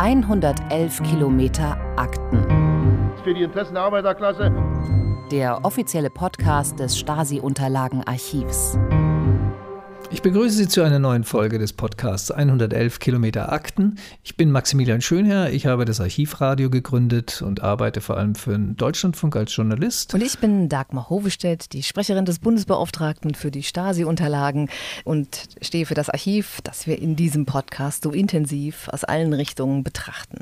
111 Kilometer Akten. Für die Interessen der Arbeiterklasse. Der offizielle Podcast des Stasi-Unterlagenarchivs. Ich begrüße Sie zu einer neuen Folge des Podcasts 111 Kilometer Akten. Ich bin Maximilian Schönherr, ich habe das Archivradio gegründet und arbeite vor allem für den Deutschlandfunk als Journalist. Und ich bin Dagmar Hovestedt, die Sprecherin des Bundesbeauftragten für die Stasi-Unterlagen und stehe für das Archiv, das wir in diesem Podcast so intensiv aus allen Richtungen betrachten.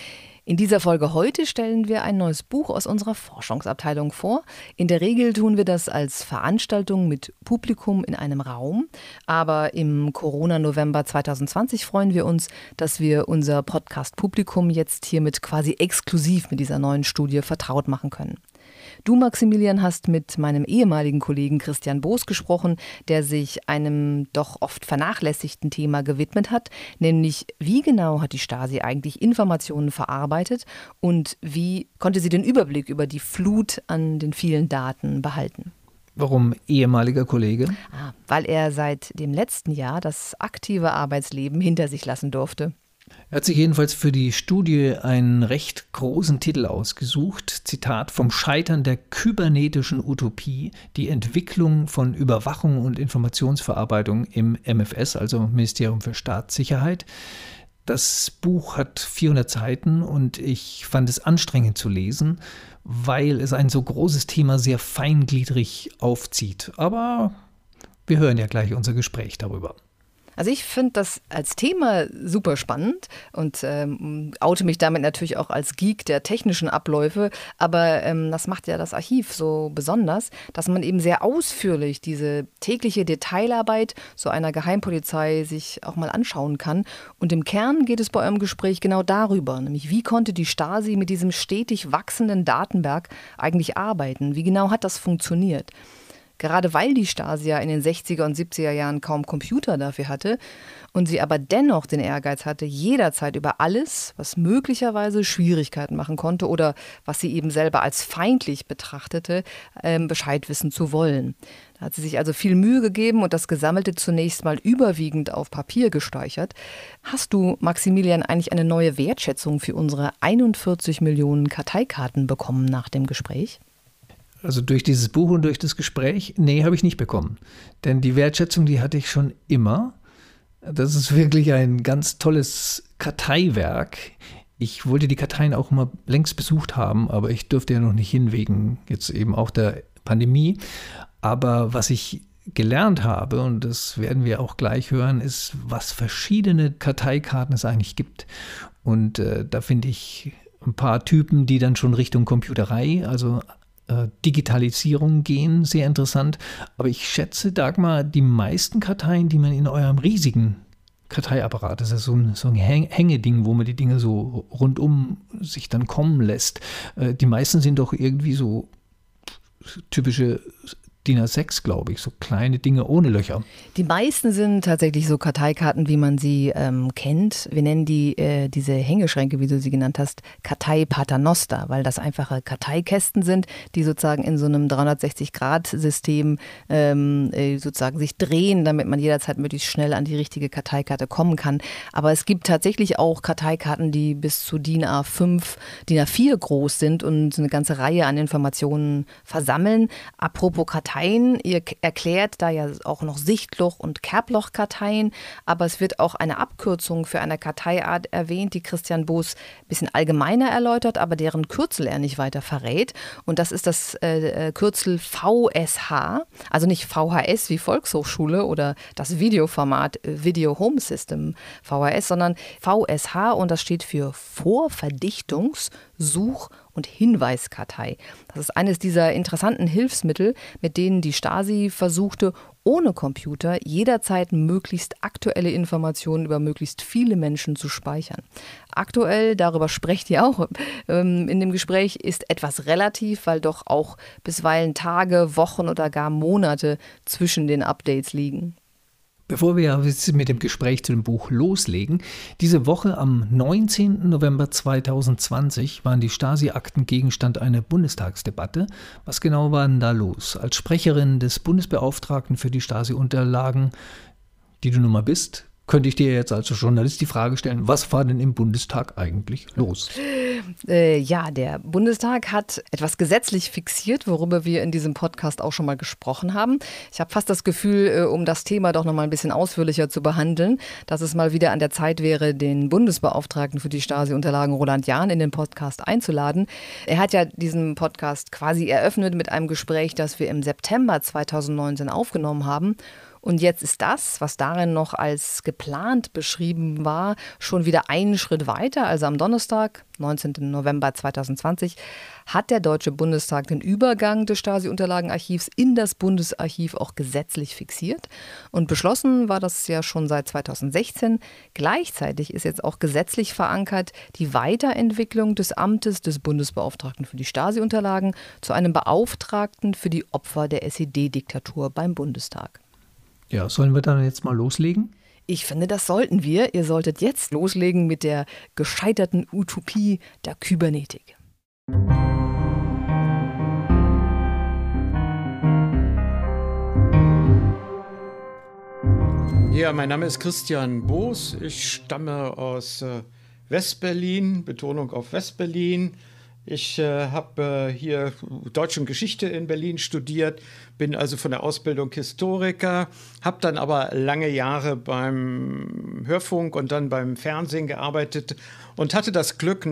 In dieser Folge heute stellen wir ein neues Buch aus unserer Forschungsabteilung vor. In der Regel tun wir das als Veranstaltung mit Publikum in einem Raum. Aber im Corona-November 2020 freuen wir uns, dass wir unser Podcast-Publikum jetzt hiermit quasi exklusiv mit dieser neuen Studie vertraut machen können. Du, Maximilian, hast mit meinem ehemaligen Kollegen Christian Boos gesprochen, der sich einem doch oft vernachlässigten Thema gewidmet hat, nämlich wie genau hat die Stasi eigentlich Informationen verarbeitet und wie konnte sie den Überblick über die Flut an den vielen Daten behalten? Warum ehemaliger Kollege? Weil er seit dem letzten Jahr das aktive Arbeitsleben hinter sich lassen durfte. Er hat sich jedenfalls für die Studie einen recht großen Titel ausgesucht. Zitat: Vom Scheitern der kybernetischen Utopie, die Entwicklung von Überwachung und Informationsverarbeitung im MFS, also Ministerium für Staatssicherheit. Das Buch hat 400 Seiten und ich fand es anstrengend zu lesen, weil es ein so großes Thema sehr feingliedrig aufzieht. Aber wir hören ja gleich unser Gespräch darüber. Also ich finde das als Thema super spannend und oute mich damit natürlich auch als Geek der technischen Abläufe. Aber das macht ja das Archiv so besonders, dass man eben sehr ausführlich diese tägliche Detailarbeit so einer Geheimpolizei sich auch mal anschauen kann. Und im Kern geht es bei eurem Gespräch genau darüber, nämlich wie konnte die Stasi mit diesem stetig wachsenden Datenberg eigentlich arbeiten? Wie genau hat das funktioniert? Gerade weil die Stasi ja in den 60er und 70er Jahren kaum Computer dafür hatte und sie aber dennoch den Ehrgeiz hatte, jederzeit über alles, was möglicherweise Schwierigkeiten machen konnte oder was sie eben selber als feindlich betrachtete, Bescheid wissen zu wollen. Da hat sie sich also viel Mühe gegeben und das Gesammelte zunächst mal überwiegend auf Papier gespeichert. Hast du, Maximilian, eigentlich eine neue Wertschätzung für unsere 41 Millionen Karteikarten bekommen nach dem Gespräch? Also durch dieses Buch und durch das Gespräch? Nee, habe ich nicht bekommen. Denn die Wertschätzung, die hatte ich schon immer. Das ist wirklich ein ganz tolles Karteiwerk. Ich wollte die Karteien auch immer längst besucht haben, aber ich durfte ja noch nicht hin wegen jetzt eben auch der Pandemie. Aber was ich gelernt habe, und das werden wir auch gleich hören, ist, was verschiedene Karteikarten es eigentlich gibt. Und da finde ich ein paar Typen, die dann schon Richtung Computerei, also Digitalisierung gehen, sehr interessant. Aber ich schätze, Dagmar, die meisten Karteien, die man in eurem riesigen Karteiapparat, das ist so ein Hängeding, wo man die Dinge so rundum sich dann kommen lässt, die meisten sind doch irgendwie so typische DIN A6, glaube ich, so kleine Dinge ohne Löcher. Die meisten sind tatsächlich so Karteikarten, wie man sie kennt. Wir nennen diese Hängeschränke, wie du sie genannt hast, Kartei Paternoster, weil das einfache Karteikästen sind, die sozusagen in so einem 360-Grad-System sozusagen sich drehen, damit man jederzeit möglichst schnell an die richtige Karteikarte kommen kann. Aber es gibt tatsächlich auch Karteikarten, die bis zu DIN A5, DIN A4 groß sind und eine ganze Reihe an Informationen versammeln. Apropos Kartei, ihr erklärt da ja auch noch Sichtloch- und Kerbloch-Karteien, aber es wird auch eine Abkürzung für eine Karteiart erwähnt, die Christian Boos ein bisschen allgemeiner erläutert, aber deren Kürzel er nicht weiter verrät. Und das ist das Kürzel VSH, also nicht VHS wie Volkshochschule oder das Videoformat Video Home System VHS, sondern VSH, und das steht für Vorverdichtungs-, Such- und Hinweiskartei. Das ist eines dieser interessanten Hilfsmittel, mit denen die Stasi versuchte, ohne Computer jederzeit möglichst aktuelle Informationen über möglichst viele Menschen zu speichern. Aktuell, darüber sprecht ihr auch in dem Gespräch, ist etwas relativ, weil doch auch bisweilen Tage, Wochen oder gar Monate zwischen den Updates liegen. Bevor wir jetzt mit dem Gespräch zu dem Buch loslegen, diese Woche am 19. November 2020 waren die Stasi-Akten Gegenstand einer Bundestagsdebatte. Was genau war denn da los? Als Sprecherin des Bundesbeauftragten für die Stasi-Unterlagen, die du nun mal bist, könnte ich dir jetzt als Journalist die Frage stellen, was war denn im Bundestag eigentlich los? Ja, der Bundestag hat etwas gesetzlich fixiert, worüber wir in diesem Podcast auch schon mal gesprochen haben. Ich habe fast das Gefühl, um das Thema doch noch mal ein bisschen ausführlicher zu behandeln, dass es mal wieder an der Zeit wäre, den Bundesbeauftragten für die Stasi-Unterlagen Roland Jahn in den Podcast einzuladen. Er hat ja diesen Podcast quasi eröffnet mit einem Gespräch, das wir im September 2019 aufgenommen haben. Und jetzt ist das, was darin noch als geplant beschrieben war, schon wieder einen Schritt weiter. Also am Donnerstag, 19. November 2020, hat der Deutsche Bundestag den Übergang des Stasi-Unterlagenarchivs in das Bundesarchiv auch gesetzlich fixiert. Und beschlossen war das ja schon seit 2016. Gleichzeitig ist jetzt auch gesetzlich verankert die Weiterentwicklung des Amtes des Bundesbeauftragten für die Stasi-Unterlagen zu einem Beauftragten für die Opfer der SED-Diktatur beim Bundestag. Ja, sollen wir dann jetzt mal loslegen? Ich finde, das sollten wir. Ihr solltet jetzt loslegen mit der gescheiterten Utopie der Kybernetik. Ja, mein Name ist Christian Boos. Ich stamme aus Westberlin, Betonung auf Westberlin. Ich habe hier Deutsch und Geschichte in Berlin studiert, bin also von der Ausbildung Historiker, habe dann aber lange Jahre beim Hörfunk und dann beim Fernsehen gearbeitet und hatte das Glück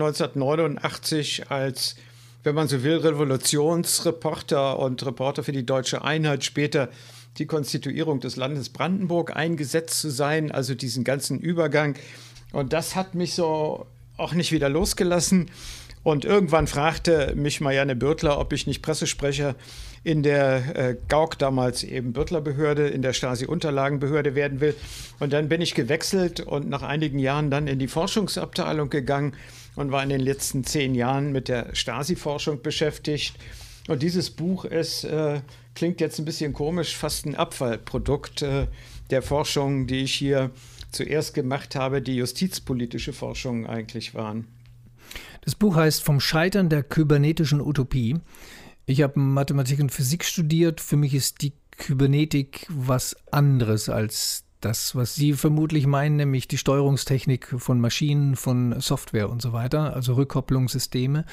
1989 als, wenn man so will, Revolutionsreporter und Reporter für die Deutsche Einheit, später die Konstituierung des Landes Brandenburg eingesetzt zu sein, also diesen ganzen Übergang. Und das hat mich so auch nicht wieder losgelassen. Und irgendwann fragte mich Marianne Bürtler, ob ich nicht Pressesprecher in der GAUK, damals eben Bürtler-Behörde, in der Stasi-Unterlagenbehörde werden will. Und dann bin ich gewechselt und nach einigen Jahren dann in die Forschungsabteilung gegangen und war in den letzten 10 Jahren mit der Stasi-Forschung beschäftigt. Und dieses Buch ist, klingt jetzt ein bisschen komisch, fast ein Abfallprodukt der Forschung, die ich hier zuerst gemacht habe, die justizpolitische Forschungen eigentlich waren. Das Buch heißt Vom Scheitern der kybernetischen Utopie. Ich habe Mathematik und Physik studiert. Für mich ist die Kybernetik was anderes als das, was Sie vermutlich meinen, nämlich die Steuerungstechnik von Maschinen, von Software und so weiter, also Rückkopplungssysteme.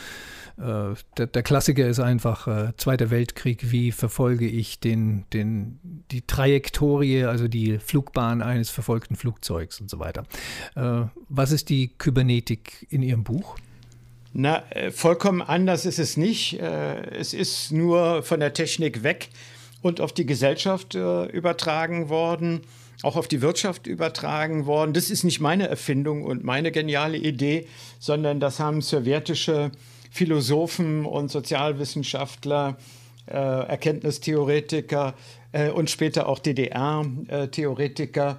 Der Klassiker ist einfach Zweiter Weltkrieg. Wie verfolge ich die Trajektorie, also die Flugbahn eines verfolgten Flugzeugs und so weiter. Was ist die Kybernetik in Ihrem Buch? Na, vollkommen anders ist es nicht. Es ist nur von der Technik weg und auf die Gesellschaft übertragen worden, auch auf die Wirtschaft übertragen worden. Das ist nicht meine Erfindung und meine geniale Idee, sondern das haben sowjetische Philosophen und Sozialwissenschaftler, Erkenntnistheoretiker und später auch DDR-Theoretiker.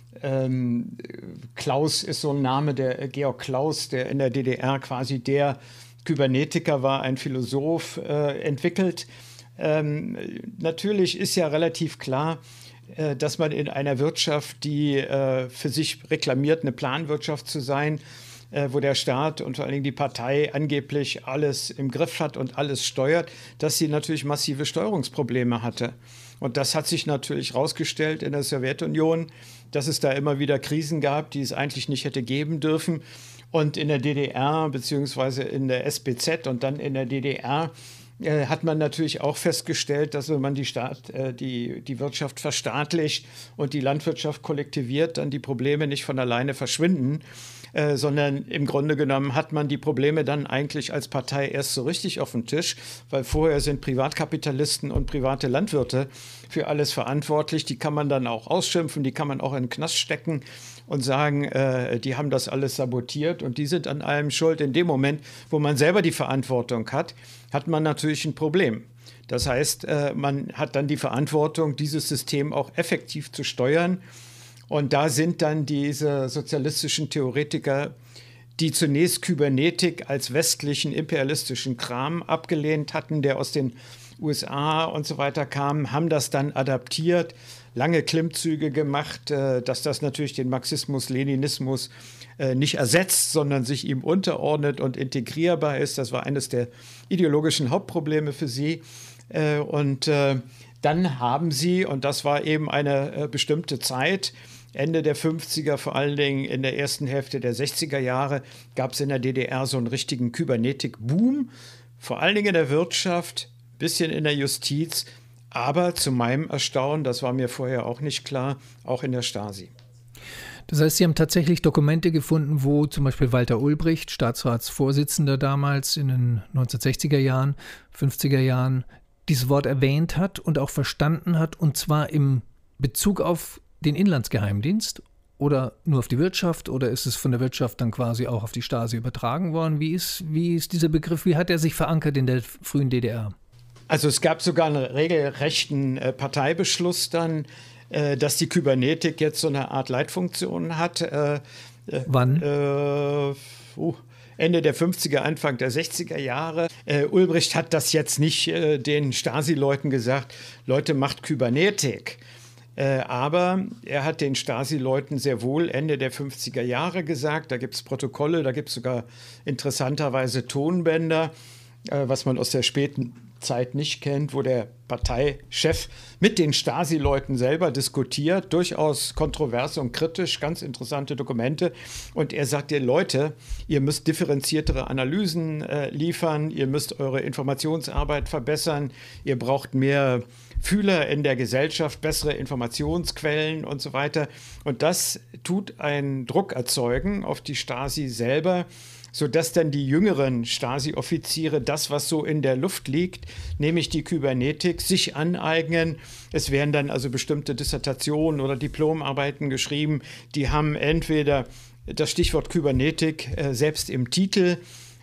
Klaus ist so ein Name, der Georg Klaus, der in der DDR quasi der Kybernetiker war, ein Philosoph, entwickelt. Natürlich ist ja relativ klar, dass man in einer Wirtschaft, die für sich reklamiert, eine Planwirtschaft zu sein, wo der Staat und vor allen Dingen die Partei angeblich alles im Griff hat und alles steuert, dass sie natürlich massive Steuerungsprobleme hatte. Und das hat sich natürlich herausgestellt in der Sowjetunion, dass es da immer wieder Krisen gab, die es eigentlich nicht hätte geben dürfen. Und in der DDR beziehungsweise in der SBZ und dann in der DDR hat man natürlich auch festgestellt, dass wenn man die Wirtschaft verstaatlicht und die Landwirtschaft kollektiviert, dann die Probleme nicht von alleine verschwinden, sondern im Grunde genommen hat man die Probleme dann eigentlich als Partei erst so richtig auf dem Tisch, weil vorher sind Privatkapitalisten und private Landwirte für alles verantwortlich. Die kann man dann auch ausschimpfen, die kann man auch in den Knast stecken und sagen, die haben das alles sabotiert und die sind an allem schuld. In dem Moment, wo man selber die Verantwortung hat, hat man natürlich ein Problem. Das heißt, man hat dann die Verantwortung, dieses System auch effektiv zu steuern. Und da sind dann diese sozialistischen Theoretiker, die zunächst Kybernetik als westlichen imperialistischen Kram abgelehnt hatten, der aus den USA und so weiter kam, haben das dann adaptiert, lange Klimmzüge gemacht, dass das natürlich den Marxismus-Leninismus nicht ersetzt, sondern sich ihm unterordnet und integrierbar ist. Das war eines der ideologischen Hauptprobleme für sie. Und dann haben sie, und das war eben eine bestimmte Zeit, Ende der 50er, vor allen Dingen in der ersten Hälfte der 60er Jahre, gab es in der DDR so einen richtigen Kybernetik-Boom, vor allen Dingen in der Wirtschaft, ein bisschen in der Justiz, aber zu meinem Erstaunen, das war mir vorher auch nicht klar, auch in der Stasi. Das heißt, Sie haben tatsächlich Dokumente gefunden, wo zum Beispiel Walter Ulbricht, Staatsratsvorsitzender damals in den 1960er Jahren, 50er Jahren, dieses Wort erwähnt hat und auch verstanden hat, und zwar im Bezug auf den Inlandsgeheimdienst oder nur auf die Wirtschaft, oder ist es von der Wirtschaft dann quasi auch auf die Stasi übertragen worden? Wie ist dieser Begriff, wie hat er sich verankert in der frühen DDR? Also es gab sogar einen regelrechten Parteibeschluss dann, dass die Kybernetik jetzt so eine Art Leitfunktion hat. Wann? Ende der 50er, Anfang der 60er Jahre. Ulbricht hat das jetzt nicht den Stasi-Leuten gesagt, Leute, macht Kybernetik. Aber er hat den Stasi-Leuten sehr wohl Ende der 50er Jahre gesagt, da gibt es Protokolle, da gibt es sogar interessanterweise Tonbänder, was man aus der späten Zeit nicht kennt, wo der Parteichef mit den Stasi-Leuten selber diskutiert, durchaus kontrovers und kritisch, ganz interessante Dokumente. Und er sagt den Leute, ihr müsst differenziertere Analysen liefern, ihr müsst eure Informationsarbeit verbessern, ihr braucht mehr Fühler in der Gesellschaft, bessere Informationsquellen und so weiter. Und das tut einen Druck erzeugen auf die Stasi selber, sodass dann die jüngeren Stasi-Offiziere das, was so in der Luft liegt, nämlich die Kybernetik, sich aneignen. Es werden dann also bestimmte Dissertationen oder Diplomarbeiten geschrieben, die haben entweder das Stichwort Kybernetik selbst im Titel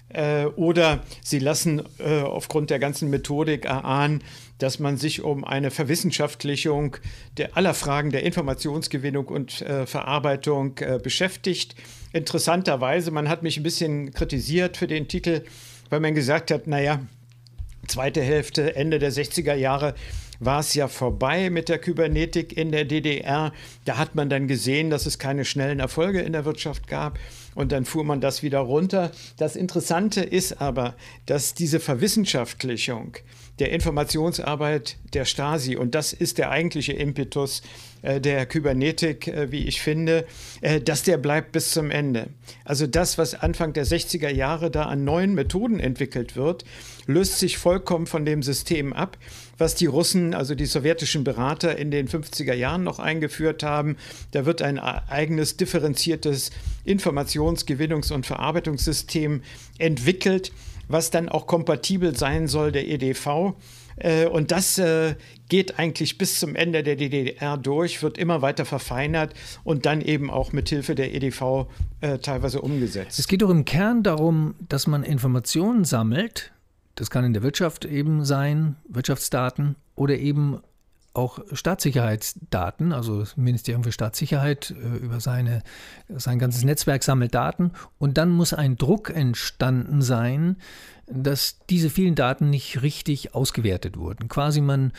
oder sie lassen aufgrund der ganzen Methodik erahnen, dass man sich um eine Verwissenschaftlichung aller Fragen der Informationsgewinnung und Verarbeitung beschäftigt. Interessanterweise, man hat mich ein bisschen kritisiert für den Titel, weil man gesagt hat, naja, zweite Hälfte, Ende der 60er Jahre war es ja vorbei mit der Kybernetik in der DDR. Da hat man dann gesehen, dass es keine schnellen Erfolge in der Wirtschaft gab und dann fuhr man das wieder runter. Das Interessante ist aber, dass diese Verwissenschaftlichung der Informationsarbeit der Stasi, und das ist der eigentliche Impetus der Kybernetik, wie ich finde, dass der bleibt bis zum Ende. Also das, was Anfang der 60er Jahre da an neuen Methoden entwickelt wird, löst sich vollkommen von dem System ab, was die Russen, also die sowjetischen Berater in den 50er Jahren noch eingeführt haben. Da wird ein eigenes differenziertes Informationsgewinnungs- und Verarbeitungssystem entwickelt, was dann auch kompatibel sein soll der EDV. Und das geht eigentlich bis zum Ende der DDR durch, wird immer weiter verfeinert und dann eben auch mit Hilfe der EDV teilweise umgesetzt. Es geht doch im Kern darum, dass man Informationen sammelt. Das kann in der Wirtschaft eben sein, Wirtschaftsdaten oder eben auch Staatssicherheitsdaten, also das Ministerium für Staatssicherheit über sein ganzes Netzwerk sammelt Daten, und dann muss ein Druck entstanden sein, dass diese vielen Daten nicht richtig ausgewertet wurden. Quasi man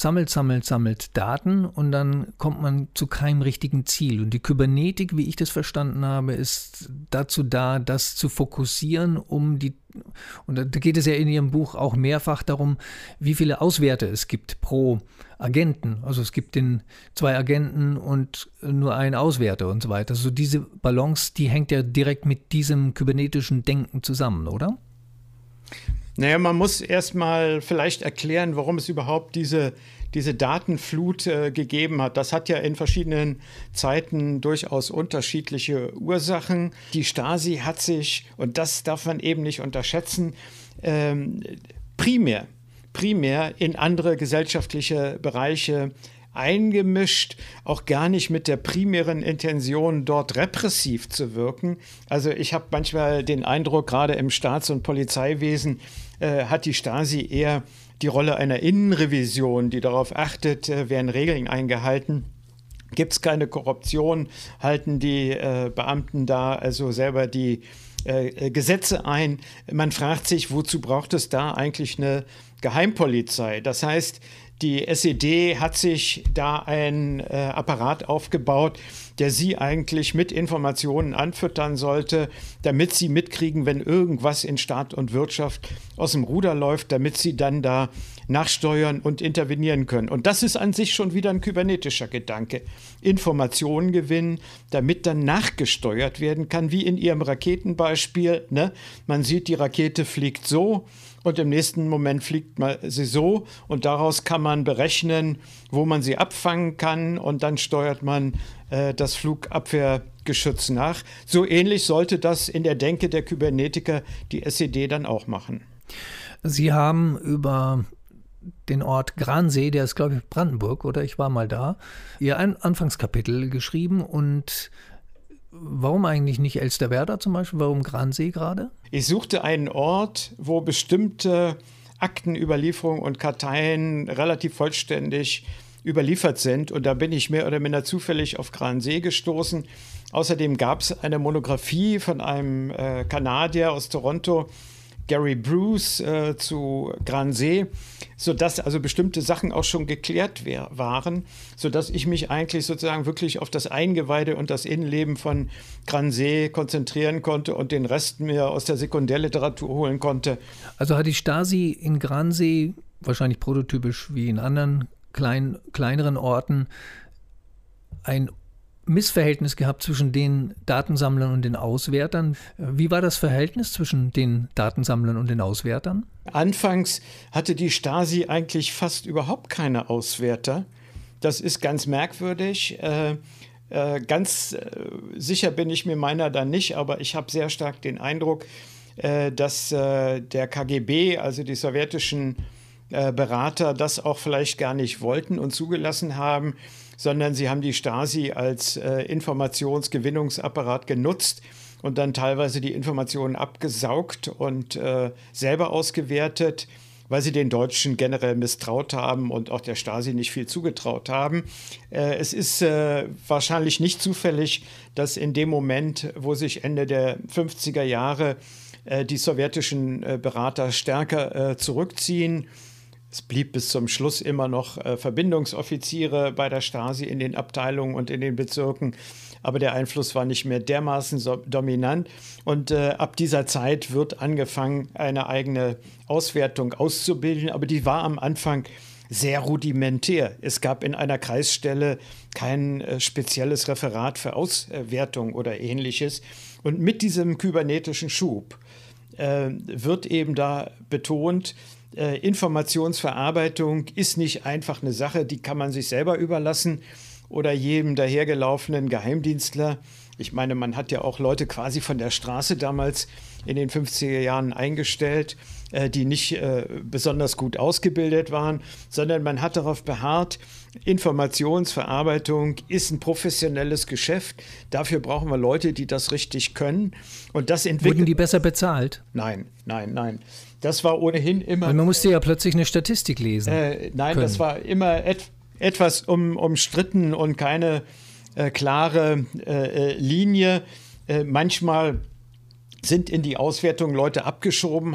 sammelt Daten und dann kommt man zu keinem richtigen Ziel. Und die Kybernetik, wie ich das verstanden habe, ist dazu da, das zu fokussieren, und da geht es ja in Ihrem Buch auch mehrfach darum, wie viele Auswerte es gibt pro Agenten. Also es gibt 2 Agenten und nur einen Auswärter und so weiter. Also diese Balance, die hängt ja direkt mit diesem kybernetischen Denken zusammen, oder? Naja, man muss erstmal vielleicht erklären, warum es überhaupt diese Datenflut gegeben hat. Das hat ja in verschiedenen Zeiten durchaus unterschiedliche Ursachen. Die Stasi hat sich, und das darf man eben nicht unterschätzen, primär in andere gesellschaftliche Bereiche eingemischt, auch gar nicht mit der primären Intention, dort repressiv zu wirken. Also ich habe manchmal den Eindruck, gerade im Staats- und Polizeiwesen hat die Stasi eher die Rolle einer Innenrevision, die darauf achtet, werden Regeln eingehalten. Gibt es keine Korruption, halten die Beamten da also selber die Gesetze ein. Man fragt sich, wozu braucht es da eigentlich eine Geheimpolizei? Das heißt, die SED hat sich da einen Apparat aufgebaut, der sie eigentlich mit Informationen anfüttern sollte, damit sie mitkriegen, wenn irgendwas in Staat und Wirtschaft aus dem Ruder läuft, damit sie dann da nachsteuern und intervenieren können. Und das ist an sich schon wieder ein kybernetischer Gedanke. Informationen gewinnen, damit dann nachgesteuert werden kann, wie in Ihrem Raketenbeispiel. Ne? Man sieht, die Rakete fliegt so und im nächsten Moment fliegt man sie so und daraus kann man berechnen, wo man sie abfangen kann und dann steuert man das Flugabwehrgeschütz nach. So ähnlich sollte das in der Denke der Kybernetiker die SED dann auch machen. Sie haben über den Ort Gransee, der ist, glaube ich, Brandenburg, oder? Ich war mal da, Ihr Anfangskapitel geschrieben. Und warum eigentlich nicht Elsterwerda zum Beispiel? Warum Gransee gerade? Ich suchte einen Ort, wo bestimmte Aktenüberlieferungen und Karteien relativ vollständig überliefert sind. Und da bin ich mehr oder minder zufällig auf Gransee gestoßen. Außerdem gab es eine Monographie von einem Kanadier aus Toronto, Gary Bruce, zu Gransee, sodass also bestimmte Sachen auch schon geklärt waren, sodass ich mich eigentlich sozusagen wirklich auf das Eingeweide und das Innenleben von Gransee konzentrieren konnte und den Rest mir aus der Sekundärliteratur holen konnte. Also hat die Stasi in Gransee, wahrscheinlich prototypisch wie in anderen kleineren Orten, ein Missverhältnis gehabt zwischen den Datensammlern und den Auswertern. Wie war das Verhältnis zwischen den Datensammlern und den Auswertern? Anfangs hatte die Stasi eigentlich fast überhaupt keine Auswerter. Das ist ganz merkwürdig. Ganz sicher bin ich mir meiner da nicht, aber ich habe sehr stark den Eindruck, dass der KGB, also die sowjetischen Berater, das auch vielleicht gar nicht wollten und zugelassen haben, sondern sie haben die Stasi als Informationsgewinnungsapparat genutzt und dann teilweise die Informationen abgesaugt und selber ausgewertet, weil sie den Deutschen generell misstraut haben und auch der Stasi nicht viel zugetraut haben. Es ist wahrscheinlich nicht zufällig, dass in dem Moment, wo sich Ende der 50er Jahre die sowjetischen Berater stärker zurückziehen, es blieb bis zum Schluss immer noch Verbindungsoffiziere bei der Stasi in den Abteilungen und in den Bezirken. Aber der Einfluss war nicht mehr dermaßen dominant. Und ab dieser Zeit wird angefangen, eine eigene Auswertung auszubilden. Aber die war am Anfang sehr rudimentär. Es gab in einer Kreisstelle kein spezielles Referat für Auswertung oder Ähnliches. Und mit diesem kybernetischen Schub wird eben da betont, Informationsverarbeitung ist nicht einfach eine Sache, die kann man sich selber überlassen oder jedem dahergelaufenen Geheimdienstler. Ich meine, man hat ja auch Leute quasi von der Straße damals in den 50er Jahren eingestellt, die nicht besonders gut ausgebildet waren, sondern man hat darauf beharrt, Informationsverarbeitung ist ein professionelles Geschäft. Dafür brauchen wir Leute, die das richtig können. Und das Wurden die besser bezahlt? Nein. Das war ohnehin immer... Weil man musste ja plötzlich eine Statistik lesen Nein, können. Das war immer etwas umstritten und keine klare Linie. Manchmal sind in die Auswertung Leute abgeschoben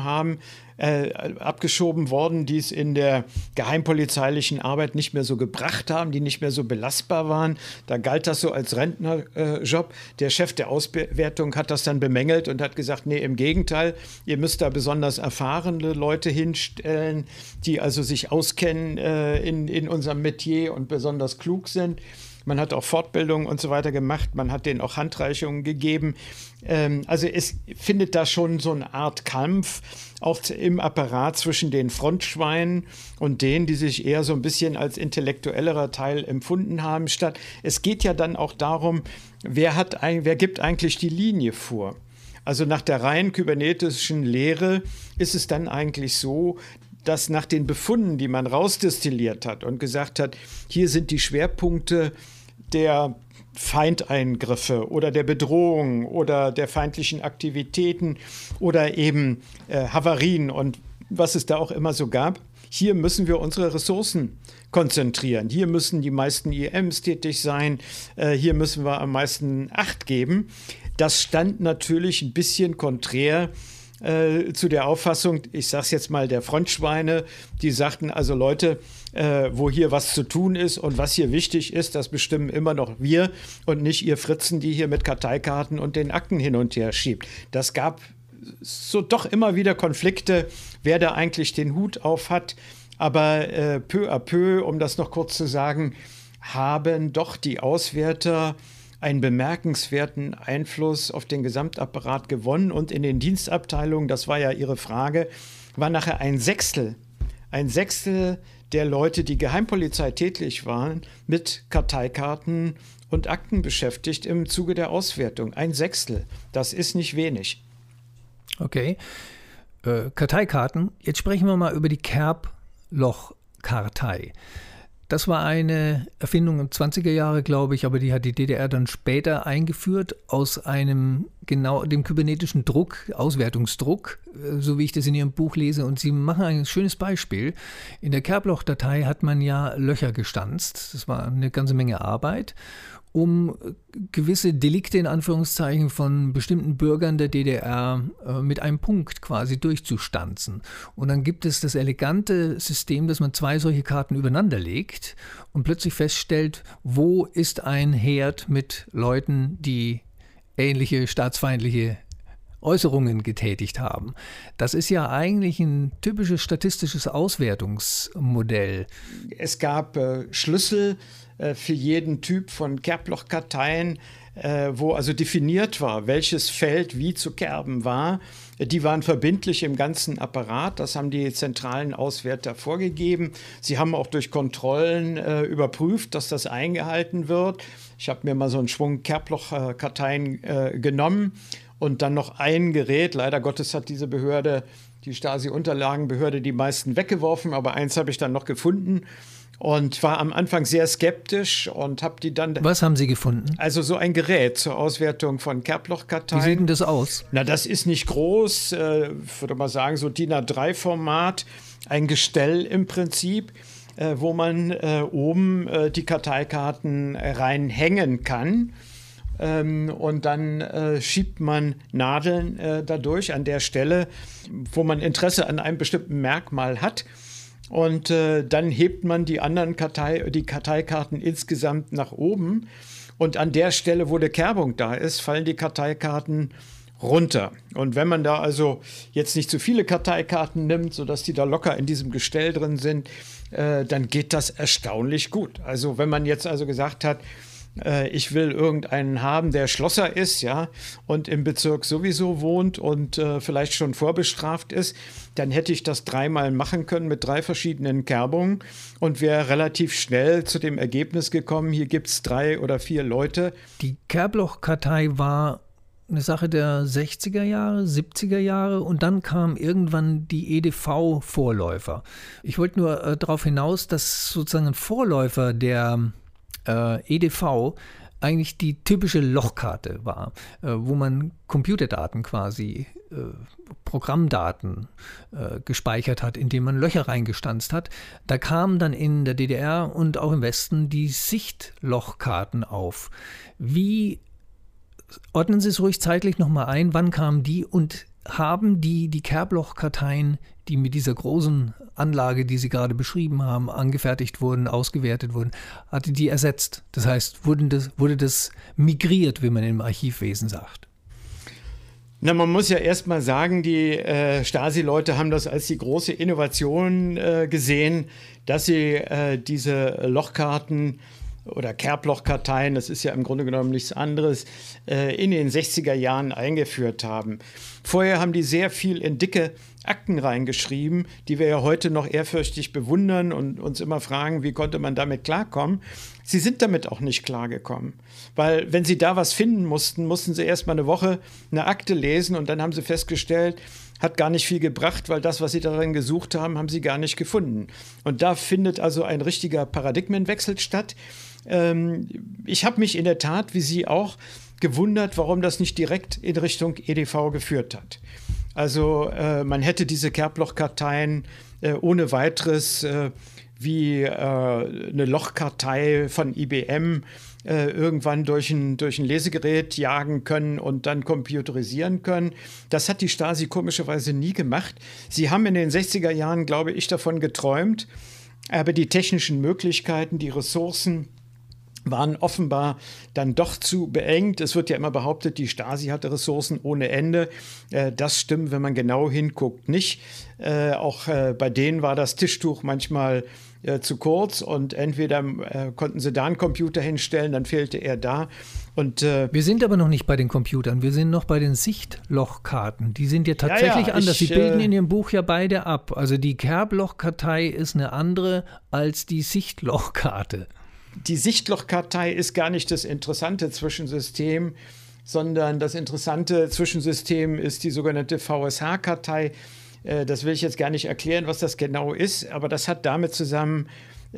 worden, die es in der geheimpolizeilichen Arbeit nicht mehr so gebracht haben, die nicht mehr so belastbar waren. Da galt das so als Rentnerjob. Der Chef der Auswertung hat das dann bemängelt und hat gesagt, nee, im Gegenteil, ihr müsst da besonders erfahrene Leute hinstellen, die also sich auskennen in unserem Metier und besonders klug sind. Man hat auch Fortbildungen und so weiter gemacht. Man hat denen auch Handreichungen gegeben. Also es findet da schon so eine Art Kampf auch im Apparat zwischen den Frontschweinen und denen, die sich eher so ein bisschen als intellektuellerer Teil empfunden haben, statt. Es geht ja dann auch darum, wer gibt eigentlich die Linie vor? Also nach der rein kybernetischen Lehre ist es dann eigentlich so, dass nach den Befunden, die man rausdestilliert hat und gesagt hat, hier sind die Schwerpunkte der Feindeingriffe oder der Bedrohung oder der feindlichen Aktivitäten oder eben Havarien und was es da auch immer so gab. Hier müssen wir unsere Ressourcen konzentrieren. Hier müssen die meisten IMs tätig sein. Hier müssen wir am meisten Acht geben. Das stand natürlich ein bisschen konträr zu der Auffassung, ich sage es jetzt mal, der Frontschweine, die sagten, also Leute, wo hier was zu tun ist und was hier wichtig ist, das bestimmen immer noch wir und nicht ihr Fritzen, die hier mit Karteikarten und den Akten hin und her schiebt. Das gab so doch immer wieder Konflikte, wer da eigentlich den Hut auf hat. Aber peu à peu, um das noch kurz zu sagen, haben doch die Auswärter einen bemerkenswerten Einfluss auf den Gesamtapparat gewonnen. Und in den Dienstabteilungen, das war ja Ihre Frage, war nachher ein Sechstel der Leute, die Geheimpolizei tätig waren, mit Karteikarten und Akten beschäftigt im Zuge der Auswertung. Ein Sechstel, das ist nicht wenig. Okay, Karteikarten. Jetzt sprechen wir mal über die Kerbloch-Kartei. Das war eine Erfindung im 20er Jahre, glaube ich, aber die hat die DDR dann später eingeführt aus dem kybernetischen Druck, Auswertungsdruck, so wie ich das in Ihrem Buch lese. Und Sie machen ein schönes Beispiel. In der Kerbloch-Datei hat man ja Löcher gestanzt. Das war eine ganze Menge Arbeit, um gewisse Delikte in Anführungszeichen von bestimmten Bürgern der DDR mit einem Punkt quasi durchzustanzen. Und dann gibt es das elegante System, dass man 2 solche Karten übereinander legt und plötzlich feststellt, wo ist ein Herd mit Leuten, die ähnliche staatsfeindliche Äußerungen getätigt haben. Das ist ja eigentlich ein typisches statistisches Auswertungsmodell. Es gab Schlüssel für jeden Typ von Kerblochkarteien, wo also definiert war, welches Feld wie zu kerben war. Die waren verbindlich im ganzen Apparat. Das haben die zentralen Auswerter vorgegeben. Sie haben auch durch Kontrollen überprüft, dass das eingehalten wird. Ich habe mir mal so einen Schwung Kerblochkarteien genommen und dann noch ein Gerät. Leider Gottes hat diese Behörde, die Stasi-Unterlagenbehörde, die meisten weggeworfen, aber eins habe ich dann noch gefunden. Und war am Anfang sehr skeptisch und habe die dann... Was haben Sie gefunden? Also so ein Gerät zur Auswertung von Kerblochkarteien. Wie sieht denn das aus? Na, das ist nicht groß, würde mal sagen, so DIN A3-Format, ein Gestell im Prinzip, wo man oben die Karteikarten reinhängen kann. Und dann schiebt man Nadeln dadurch an der Stelle, wo man Interesse an einem bestimmten Merkmal hat. Und dann hebt man die anderen Karteikarten insgesamt nach oben. Und an der Stelle, wo eine Kerbung da ist, fallen die Karteikarten runter. Und wenn man da also jetzt nicht zu viele Karteikarten nimmt, sodass die da locker in diesem Gestell drin sind, dann geht das erstaunlich gut. Also wenn man jetzt also gesagt hat, ich will irgendeinen haben, der Schlosser ist, ja, und im Bezirk sowieso wohnt und vielleicht schon vorbestraft ist, dann hätte ich das 3-mal machen können mit 3 verschiedenen Kerbungen und wäre relativ schnell zu dem Ergebnis gekommen, hier gibt es 3 oder 4 Leute. Die Kerbloch-Kartei war eine Sache der 60er Jahre, 70er Jahre und dann kam irgendwann die EDV-Vorläufer. Ich wollte nur darauf hinaus, dass sozusagen ein Vorläufer der EDV eigentlich die typische Lochkarte war, wo man Computerdaten quasi, Programmdaten gespeichert hat, indem man Löcher reingestanzt hat. Da kamen dann in der DDR und auch im Westen die Sichtlochkarten auf. Wie ordnen Sie es ruhig zeitlich nochmal ein, wann kamen die und haben die Kerbloch-Karteien, die mit dieser großen Anlage, die Sie gerade beschrieben haben, angefertigt wurden, ausgewertet wurden, hatte die ersetzt? Das heißt, wurde das migriert, wie man im Archivwesen sagt? Na, man muss ja erst mal sagen, die Stasi-Leute haben das als die große Innovation gesehen, dass sie diese Lochkarten oder Kerblochkarteien, das ist ja im Grunde genommen nichts anderes, in den 60er Jahren eingeführt haben. Vorher haben die sehr viel in dicke Akten reingeschrieben, die wir ja heute noch ehrfürchtig bewundern und uns immer fragen, wie konnte man damit klarkommen. Sie sind damit auch nicht klargekommen, weil wenn sie da was finden mussten sie erst mal eine Woche eine Akte lesen und dann haben sie festgestellt, hat gar nicht viel gebracht, weil das, was sie darin gesucht haben, haben sie gar nicht gefunden. Und da findet also ein richtiger Paradigmenwechsel statt. Ich habe mich in der Tat, wie Sie auch, gewundert, warum das nicht direkt in Richtung EDV geführt hat. Also man hätte diese Kerblochkarteien ohne weiteres wie eine Lochkartei von IBM irgendwann durch ein Lesegerät jagen können und dann computerisieren können. Das hat die Stasi komischerweise nie gemacht. Sie haben in den 60er Jahren, glaube ich, davon geträumt, aber die technischen Möglichkeiten, die Ressourcen waren offenbar dann doch zu beengt. Es wird ja immer behauptet, die Stasi hatte Ressourcen ohne Ende. Das stimmt, wenn man genau hinguckt, nicht. Auch bei denen war das Tischtuch manchmal zu kurz und entweder konnten sie da einen Computer hinstellen, dann fehlte er da. Und, wir sind aber noch nicht bei den Computern, wir sind noch bei den Sichtlochkarten. Die sind ja tatsächlich anders. Sie bilden in Ihrem Buch ja beide ab. Also die Kerblochkartei ist eine andere als die Sichtlochkarte. Die Sichtlochkartei ist gar nicht das interessante Zwischensystem, sondern das interessante Zwischensystem ist die sogenannte VSH-Kartei. Das will ich jetzt gar nicht erklären, was das genau ist, aber das hängt damit zusammen,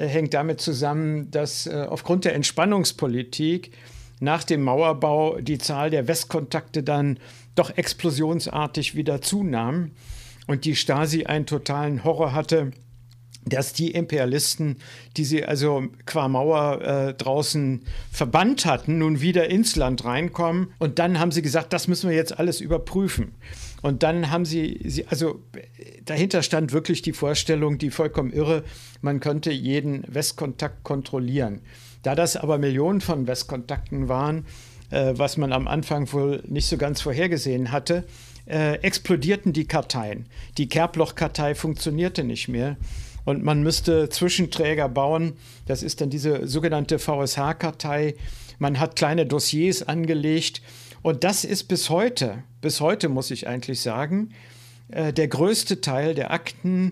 dass aufgrund der Entspannungspolitik nach dem Mauerbau die Zahl der Westkontakte dann doch explosionsartig wieder zunahm und die Stasi einen totalen Horror hatte, dass die Imperialisten, die sie also qua Mauer draußen verbannt hatten, nun wieder ins Land reinkommen. Und dann haben sie gesagt, das müssen wir jetzt alles überprüfen. Und dann haben also dahinter stand wirklich die Vorstellung, die vollkommen irre, man könnte jeden Westkontakt kontrollieren. Da das aber Millionen von Westkontakten waren, was man am Anfang wohl nicht so ganz vorhergesehen hatte, explodierten die Karteien. Die Kerblochkartei funktionierte nicht mehr. Und man müsste Zwischenträger bauen. Das ist dann diese sogenannte VSH-Kartei. Man hat kleine Dossiers angelegt. Und das ist bis heute muss ich eigentlich sagen, der größte Teil der Akten,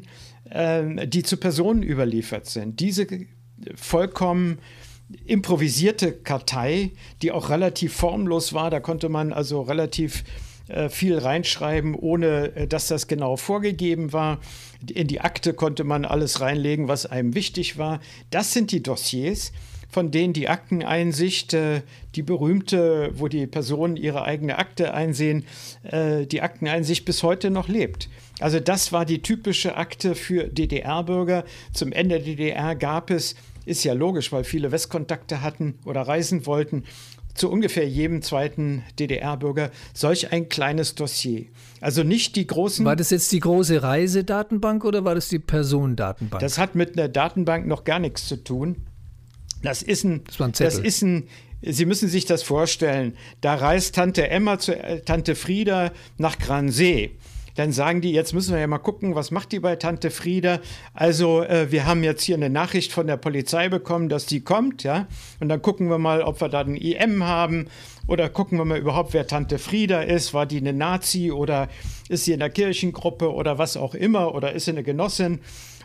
die zu Personen überliefert sind. Diese vollkommen improvisierte Kartei, die auch relativ formlos war, da konnte man also relativ viel reinschreiben, ohne dass das genau vorgegeben war. In die Akte konnte man alles reinlegen, was einem wichtig war. Das sind die Dossiers, von denen die Akteneinsicht, die berühmte, wo die Personen ihre eigene Akte einsehen, die Akteneinsicht bis heute noch lebt. Also das war die typische Akte für DDR-Bürger. Zum Ende der DDR gab es, ist ja logisch, weil viele Westkontakte hatten oder reisen wollten, zu ungefähr jedem zweiten DDR-Bürger solch ein kleines Dossier. Also nicht die großen... War das jetzt die große Reisedatenbank oder war das die Personendatenbank? Das hat mit einer Datenbank noch gar nichts zu tun. Das war ein Zettel. Sie müssen sich das vorstellen. Da reist Tante Emma zu Tante Frieda nach Gransee. Dann sagen die, jetzt müssen wir ja mal gucken, was macht die bei Tante Frieda? Also wir haben jetzt hier eine Nachricht von der Polizei bekommen, dass die kommt, ja. Und dann gucken wir mal, ob wir da einen IM haben oder gucken wir mal überhaupt, wer Tante Frieda ist. War die eine Nazi oder ist sie in der Kirchengruppe oder was auch immer oder ist sie eine Genossin?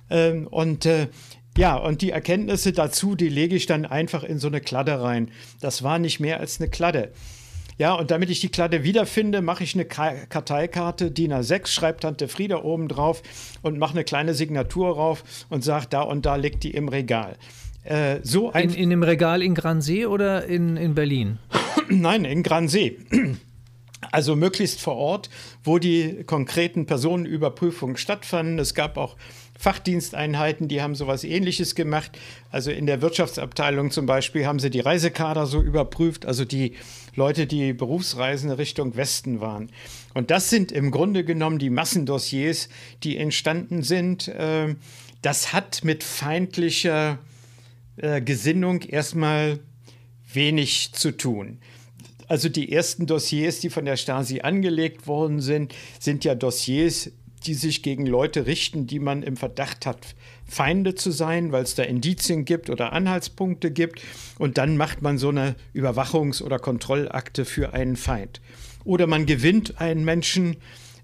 Und die Erkenntnisse dazu, die lege ich dann einfach in so eine Kladde rein. Das war nicht mehr als eine Kladde. Ja, und damit ich die Kladde wiederfinde, mache ich eine Karteikarte, DIN A6, schreibe Tante Frieda oben drauf und mache eine kleine Signatur drauf und sage, da und da liegt die im Regal. In einem Regal in Gransee oder in Berlin? Nein, in Gransee. Also möglichst vor Ort, wo die konkreten Personenüberprüfungen stattfanden. Es gab auch Fachdiensteinheiten, die haben sowas Ähnliches gemacht. Also in der Wirtschaftsabteilung zum Beispiel haben sie die Reisekader so überprüft, also die Leute, die Berufsreisende Richtung Westen waren. Und das sind im Grunde genommen die Massendossiers, die entstanden sind. Das hat mit feindlicher Gesinnung erstmal wenig zu tun. Also die ersten Dossiers, die von der Stasi angelegt worden sind, sind ja Dossiers, die sich gegen Leute richten, die man im Verdacht hat, Feinde zu sein, weil es da Indizien gibt oder Anhaltspunkte gibt. Und dann macht man so eine Überwachungs- oder Kontrollakte für einen Feind. Oder man gewinnt einen Menschen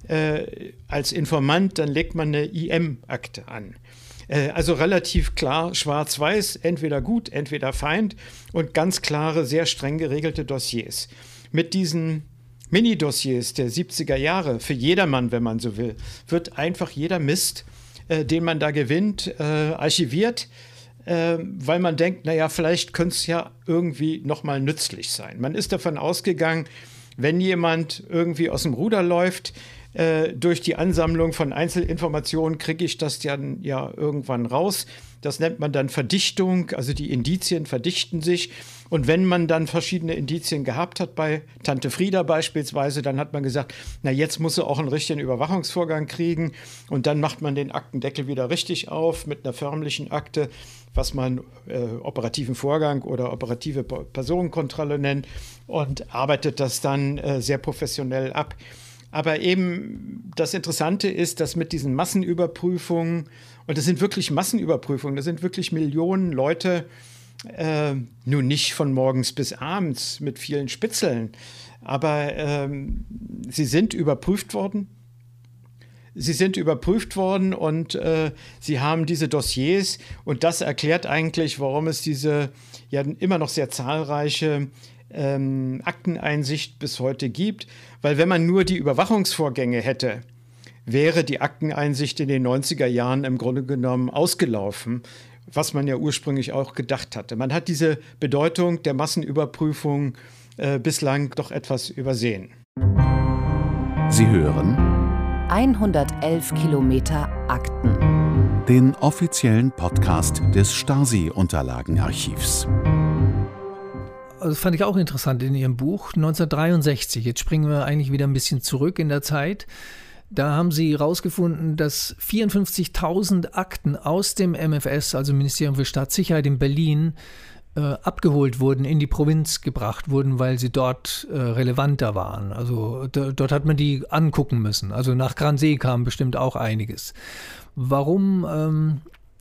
als Informant, dann legt man eine IM-Akte an. Also relativ klar, schwarz-weiß, entweder gut, entweder Feind und ganz klare, sehr streng geregelte Dossiers. Mit diesen Mini-Dossiers der 70er Jahre, für jedermann, wenn man so will, wird einfach jeder Mist, den man da gewinnt, archiviert, weil man denkt, naja, vielleicht könnte es ja irgendwie nochmal nützlich sein. Man ist davon ausgegangen, wenn jemand irgendwie aus dem Ruder läuft, durch die Ansammlung von Einzelinformationen kriege ich das dann ja irgendwann raus. Das nennt man dann Verdichtung, also die Indizien verdichten sich Und wenn man dann verschiedene Indizien gehabt hat, bei Tante Frieda beispielsweise, dann hat man gesagt, na jetzt muss sie auch einen richtigen Überwachungsvorgang kriegen. Und dann macht man den Aktendeckel wieder richtig auf mit einer förmlichen Akte, was man operativen Vorgang oder operative Personenkontrolle nennt, und arbeitet das dann sehr professionell ab. Aber eben das Interessante ist, dass mit diesen Massenüberprüfungen, und das sind wirklich Massenüberprüfungen, das sind wirklich Millionen Leute, nun nicht von morgens bis abends mit vielen Spitzeln, aber sie sind überprüft worden. Sie sind überprüft worden und sie haben diese Dossiers, und das erklärt eigentlich, warum es diese ja immer noch sehr zahlreiche Akteneinsicht bis heute gibt. Weil wenn man nur die Überwachungsvorgänge hätte, wäre die Akteneinsicht in den 90er Jahren im Grunde genommen ausgelaufen, was man ja ursprünglich auch gedacht hatte. Man hat diese Bedeutung der Massenüberprüfung bislang doch etwas übersehen. Sie hören 111 Kilometer Akten. den offiziellen Podcast des Stasi-Unterlagenarchivs. Also das fand ich auch interessant in Ihrem Buch. 1963, jetzt springen wir eigentlich wieder ein bisschen zurück in der Zeit. Da haben Sie herausgefunden, dass 54.000 Akten aus dem MfS, also Ministerium für Staatssicherheit in Berlin, abgeholt wurden, in die Provinz gebracht wurden, weil sie dort relevanter waren. Also dort hat man die angucken müssen. Also nach Gransee kam bestimmt auch einiges. Warum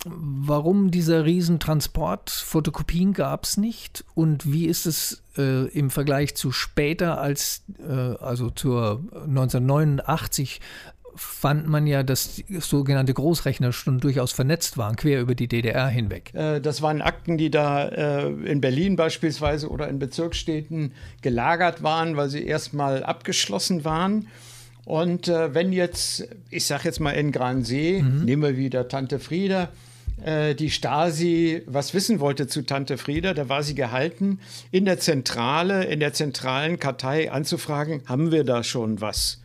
dieser Riesentransport? Fotokopien gab es nicht. Und wie ist es im Vergleich zu später, also zur 1989, fand man ja, dass sogenannte Großrechner schon durchaus vernetzt waren, quer über die DDR hinweg. Das waren Akten, die da in Berlin beispielsweise oder in Bezirksstädten gelagert waren, weil sie erstmal abgeschlossen waren. Und wenn jetzt, ich sage jetzt mal in Gransee, nehmen wir wieder Tante Frieda, die Stasi was wissen wollte zu Tante Frieda, da war sie gehalten, in der zentralen Kartei anzufragen, haben wir da schon was?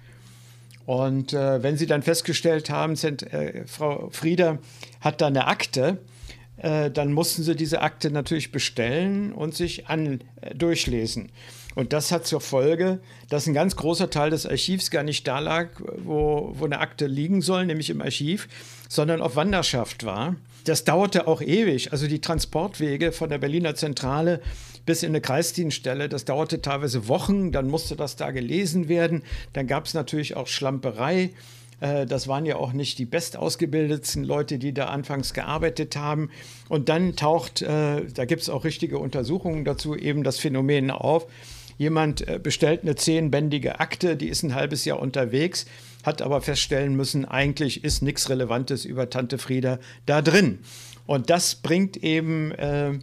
Und wenn sie dann festgestellt haben, Frau Frieda hat da eine Akte, dann mussten sie diese Akte natürlich bestellen und sich durchlesen. Und das hat zur Folge, dass ein ganz großer Teil des Archivs gar nicht da lag, wo eine Akte liegen soll, nämlich im Archiv, sondern auf Wanderschaft war. Das dauerte auch ewig. Also die Transportwege von der Berliner Zentrale bis in eine Kreisdienststelle, das dauerte teilweise Wochen. Dann musste das da gelesen werden. Dann gab es natürlich auch Schlamperei. Das waren ja auch nicht die bestausgebildetsten Leute, die da anfangs gearbeitet haben. Und dann taucht, da gibt es auch richtige Untersuchungen dazu, eben das Phänomen auf. Jemand bestellt eine 10-bändige Akte, die ist ein halbes Jahr unterwegs, hat aber feststellen müssen, eigentlich ist nichts Relevantes über Tante Frieda da drin. Und das bringt eben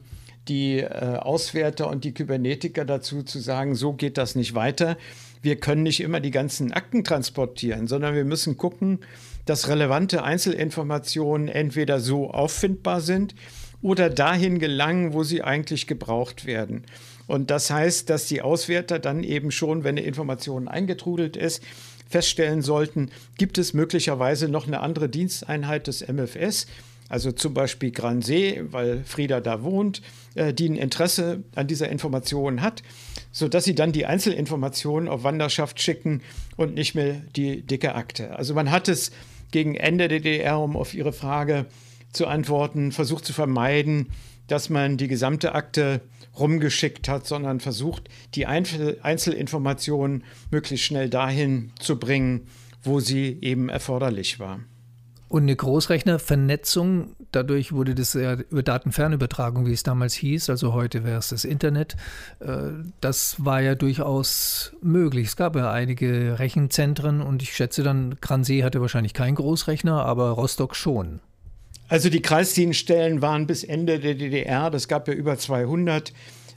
die Auswerter und die Kybernetiker dazu zu sagen, so geht das nicht weiter. Wir können nicht immer die ganzen Akten transportieren, sondern wir müssen gucken, dass relevante Einzelinformationen entweder so auffindbar sind oder dahin gelangen, wo sie eigentlich gebraucht werden. Und das heißt, dass die Auswerter dann eben schon, wenn eine Information eingetrudelt ist, feststellen sollten, gibt es möglicherweise noch eine andere Diensteinheit des MfS, also zum Beispiel Gransee, weil Frieda da wohnt, die ein Interesse an dieser Information hat, sodass sie dann die Einzelinformationen auf Wanderschaft schicken und nicht mehr die dicke Akte. Also man hat es gegen Ende der DDR, um auf Ihre Frage zu antworten, versucht zu vermeiden, dass man die gesamte Akte rumgeschickt hat, sondern versucht, die Einzelinformationen möglichst schnell dahin zu bringen, wo sie eben erforderlich war. Und eine Großrechnervernetzung, dadurch wurde das ja über Datenfernübertragung, wie es damals hieß, also heute wäre es das Internet, das war ja durchaus möglich. Es gab ja einige Rechenzentren und ich schätze dann, Gransee hatte wahrscheinlich keinen Großrechner, aber Rostock schon. Also die Kreisdienststellen waren bis Ende der DDR, das gab ja über 200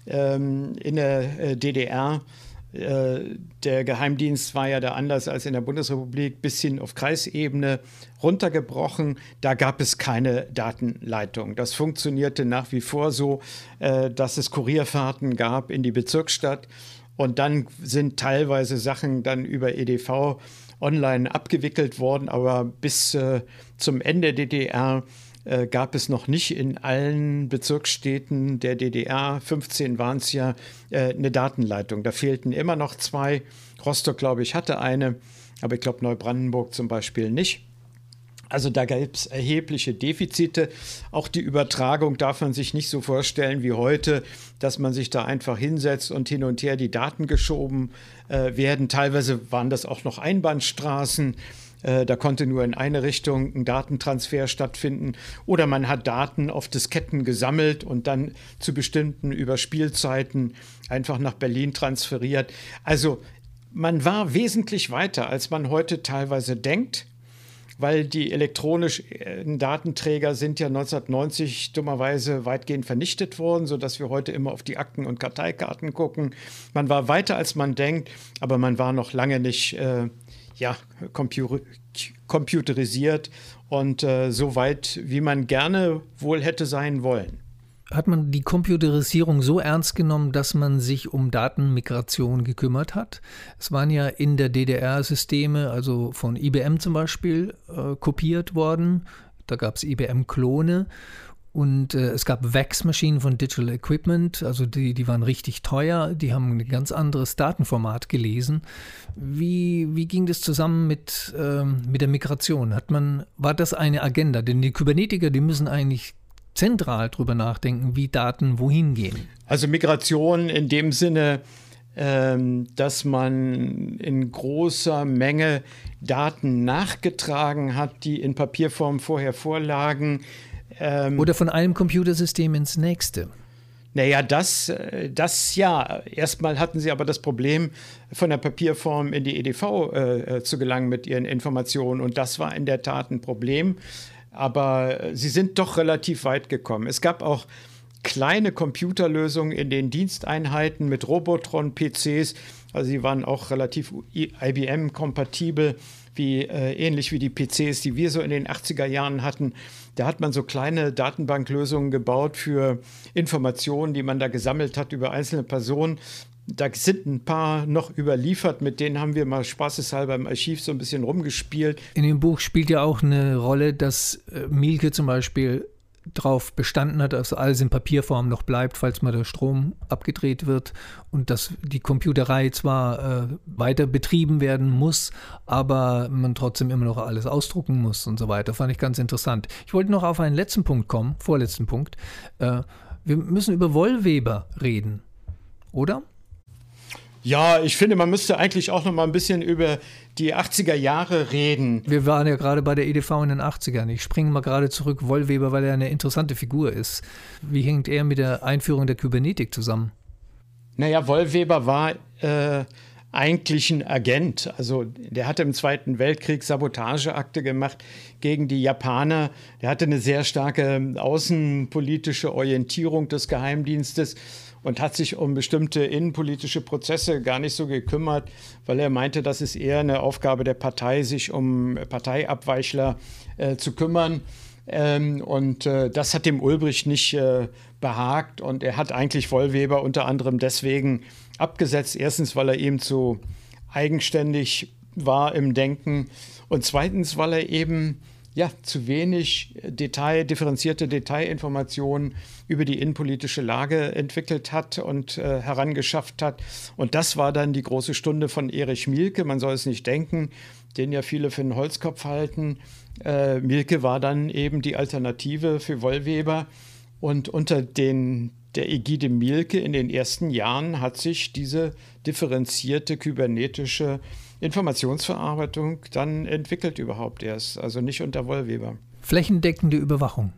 in der DDR. Der Geheimdienst war ja da anders als in der Bundesrepublik bis hin auf Kreisebene runtergebrochen. Da gab es keine Datenleitung. Das funktionierte nach wie vor so, dass es Kurierfahrten gab in die Bezirksstadt. Und dann sind teilweise Sachen dann über EDV online abgewickelt worden. Aber bis zum Ende der DDR gab es noch nicht in allen Bezirksstädten der DDR, 15 waren es ja, eine Datenleitung. Da fehlten immer noch 2. Rostock, glaube ich, hatte eine, aber ich glaube Neubrandenburg zum Beispiel nicht. Also da gab es erhebliche Defizite. Auch die Übertragung darf man sich nicht so vorstellen wie heute, dass man sich da einfach hinsetzt und hin und her die Daten geschoben werden. Teilweise waren das auch noch Einbahnstraßen. Da konnte nur in eine Richtung ein Datentransfer stattfinden. Oder man hat Daten auf Disketten gesammelt und dann zu bestimmten Überspielzeiten einfach nach Berlin transferiert. Also man war wesentlich weiter, als man heute teilweise denkt, weil die elektronischen Datenträger sind ja 1990 dummerweise weitgehend vernichtet worden, sodass wir heute immer auf die Akten- und Karteikarten gucken. Man war weiter, als man denkt, aber man war noch lange nicht computerisiert und so weit, wie man gerne wohl hätte sein wollen. Hat man die Computerisierung so ernst genommen, dass man sich um Datenmigration gekümmert hat? Es waren ja in der DDR Systeme, also von IBM zum Beispiel, kopiert worden. Da gab es IBM-Klone. Und es gab VAX-Maschinen von Digital Equipment, also die waren richtig teuer, die haben ein ganz anderes Datenformat gelesen. Wie ging das zusammen mit der Migration? War das eine Agenda? Denn die Kybernetiker, die müssen eigentlich zentral drüber nachdenken, wie Daten wohin gehen. Also Migration in dem Sinne, dass man in großer Menge Daten nachgetragen hat, die in Papierform vorher vorlagen. Oder von einem Computersystem ins nächste. Naja, das ja. Erstmal hatten sie aber das Problem, von der Papierform in die EDV zu gelangen mit ihren Informationen. Und das war in der Tat ein Problem. Aber sie sind doch relativ weit gekommen. Es gab auch kleine Computerlösungen in den Diensteinheiten mit Robotron-PCs. Also sie waren auch relativ IBM-kompatibel, ähnlich wie die PCs, die wir so in den 80er Jahren hatten. Da hat man so kleine Datenbanklösungen gebaut für Informationen, die man da gesammelt hat über einzelne Personen. Da sind ein paar noch überliefert, mit denen haben wir mal spaßeshalber im Archiv so ein bisschen rumgespielt. In dem Buch spielt ja auch eine Rolle, dass Mielke zum Beispiel darauf bestanden hat, dass alles in Papierform noch bleibt, falls mal der Strom abgedreht wird und dass die Computerei zwar weiter betrieben werden muss, aber man trotzdem immer noch alles ausdrucken muss und so weiter. Fand ich ganz interessant. Ich wollte noch auf einen letzten Punkt kommen, vorletzten Punkt. Wir müssen über Wollweber reden, oder? Ja, ich finde, man müsste eigentlich auch noch mal ein bisschen über die 80er Jahre reden. Wir waren ja gerade bei der EDV in den 80ern. Ich springe mal gerade zurück, Wollweber, weil er eine interessante Figur ist. Wie hängt er mit der Einführung der Kybernetik zusammen? Naja, Wollweber war eigentlich ein Agent. Also der hatte im Zweiten Weltkrieg Sabotageakte gemacht gegen die Japaner. Der hatte eine sehr starke außenpolitische Orientierung des Geheimdienstes und hat sich um bestimmte innenpolitische Prozesse gar nicht so gekümmert, weil er meinte, das ist eher eine Aufgabe der Partei, sich um Parteiabweichler zu kümmern. Das hat dem Ulbricht nicht behagt und er hat eigentlich Wollweber unter anderem deswegen abgesetzt. Erstens, weil er eben zu eigenständig war im Denken und zweitens, weil er eben zu wenig differenzierte Detailinformationen über die innenpolitische Lage entwickelt hat und herangeschafft hat. Und das war dann die große Stunde von Erich Mielke. Man soll es nicht denken, den ja viele für einen Holzkopf halten. Mielke war dann eben die Alternative für Wollweber. Und unter der Ägide Mielke in den ersten Jahren hat sich diese differenzierte kybernetische Informationsverarbeitung dann entwickelt überhaupt erst, also nicht unter Wollweber. Flächendeckende Überwachung.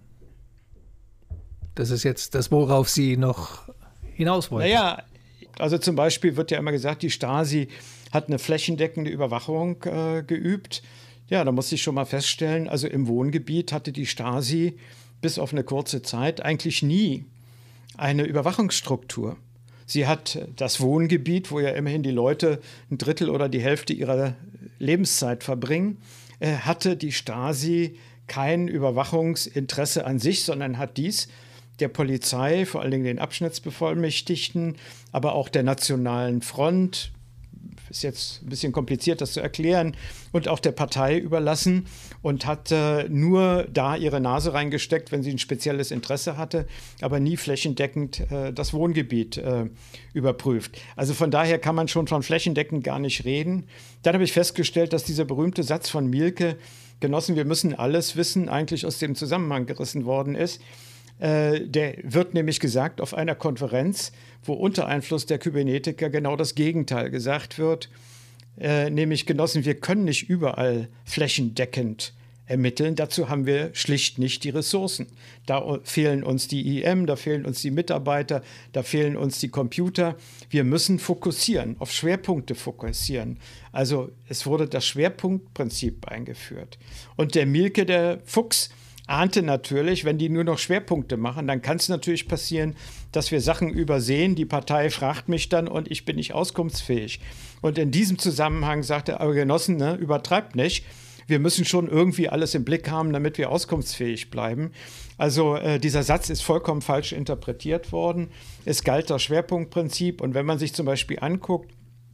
Das ist jetzt das, worauf Sie noch hinaus wollen. Naja, also zum Beispiel wird ja immer gesagt, die Stasi hat eine flächendeckende Überwachung geübt. Ja, da muss ich schon mal feststellen, also im Wohngebiet hatte die Stasi bis auf eine kurze Zeit eigentlich nie eine Überwachungsstruktur. Sie hat das Wohngebiet, wo ja immerhin die Leute ein Drittel oder die Hälfte ihrer Lebenszeit verbringen, hatte die Stasi kein Überwachungsinteresse an sich, sondern hat dies der Polizei, vor allen Dingen den Abschnittsbevollmächtigten, aber auch der Nationalen Front, ist jetzt ein bisschen kompliziert, das zu erklären, und auch der Partei überlassen und hat nur da ihre Nase reingesteckt, wenn sie ein spezielles Interesse hatte, aber nie flächendeckend das Wohngebiet überprüft. Also von daher kann man schon von flächendeckend gar nicht reden. Dann habe ich festgestellt, dass dieser berühmte Satz von Mielke, Genossen, wir müssen alles wissen, eigentlich aus dem Zusammenhang gerissen worden ist. Der wird nämlich gesagt auf einer Konferenz, wo unter Einfluss der Kybernetiker genau das Gegenteil gesagt wird. Nämlich, Genossen, wir können nicht überall flächendeckend ermitteln. Dazu haben wir schlicht nicht die Ressourcen. Da fehlen uns die IM, da fehlen uns die Mitarbeiter, da fehlen uns die Computer. Wir müssen fokussieren, auf Schwerpunkte fokussieren. Also es wurde das Schwerpunktprinzip eingeführt. Und der Mielke, der Fuchs, ahnte natürlich, wenn die nur noch Schwerpunkte machen, dann kann es natürlich passieren, dass wir Sachen übersehen. Die Partei fragt mich dann und ich bin nicht auskunftsfähig. Und in diesem Zusammenhang sagte er, aber Genossen, ne, übertreibt nicht. Wir müssen schon irgendwie alles im Blick haben, damit wir auskunftsfähig bleiben. Also dieser Satz ist vollkommen falsch interpretiert worden. Es galt das Schwerpunktprinzip. Und wenn man sich zum Beispiel anguckt,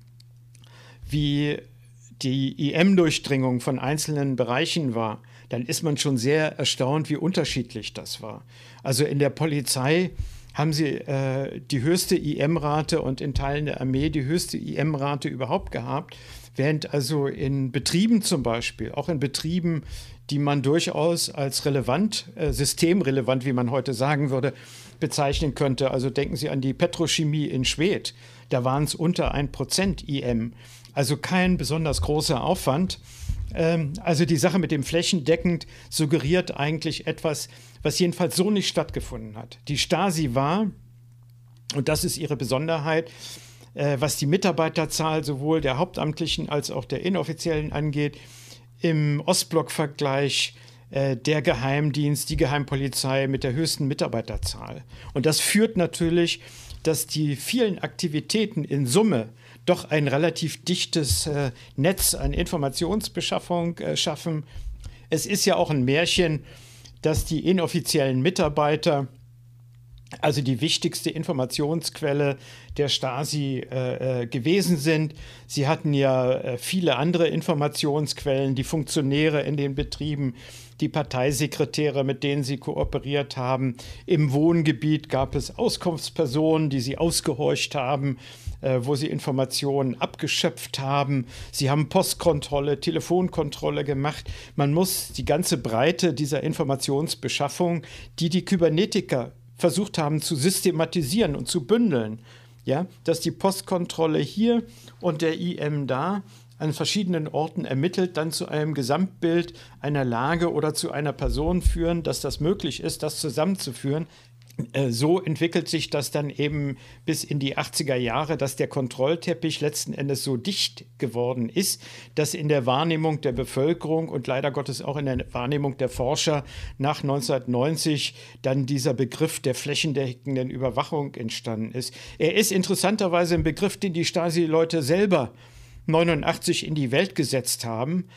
wie die IM-Durchdringung von einzelnen Bereichen war, dann ist man schon sehr erstaunt, wie unterschiedlich das war. Also in der Polizei haben sie die höchste IM-Rate und in Teilen der Armee die höchste IM-Rate überhaupt gehabt, während also in Betrieben zum Beispiel, auch in Betrieben, die man durchaus als relevant, systemrelevant, wie man heute sagen würde, bezeichnen könnte. Also denken Sie an die Petrochemie in Schwedt, da waren es unter 1% IM, also kein besonders großer Aufwand. Also die Sache mit dem flächendeckend suggeriert eigentlich etwas, was jedenfalls so nicht stattgefunden hat. Die Stasi war, und das ist ihre Besonderheit, was die Mitarbeiterzahl sowohl der Hauptamtlichen als auch der Inoffiziellen angeht, im Ostblock-Vergleich der Geheimdienst, die Geheimpolizei mit der höchsten Mitarbeiterzahl. Und das führt natürlich, dass die vielen Aktivitäten in Summe doch ein relativ dichtes Netz an Informationsbeschaffung schaffen. Es ist ja auch ein Märchen, dass die inoffiziellen Mitarbeiter, also die wichtigste Informationsquelle der Stasi gewesen sind. Sie hatten ja viele andere Informationsquellen, die Funktionäre in den Betrieben, die Parteisekretäre, mit denen sie kooperiert haben. Im Wohngebiet gab es Auskunftspersonen, die sie ausgehorcht haben, wo sie Informationen abgeschöpft haben. Sie haben Postkontrolle, Telefonkontrolle gemacht. Man muss die ganze Breite dieser Informationsbeschaffung, die Kybernetiker versucht haben zu systematisieren und zu bündeln, ja, dass die Postkontrolle hier und der IM da an verschiedenen Orten ermittelt, dann zu einem Gesamtbild einer Lage oder zu einer Person führen, dass das möglich ist, das zusammenzuführen. So entwickelt sich das dann eben bis in die 80er Jahre, dass der Kontrollteppich letzten Endes so dicht geworden ist, dass in der Wahrnehmung der Bevölkerung und leider Gottes auch in der Wahrnehmung der Forscher nach 1990 dann dieser Begriff der flächendeckenden Überwachung entstanden ist. Er ist interessanterweise ein Begriff, den die Stasi-Leute selber 1989 in die Welt gesetzt haben.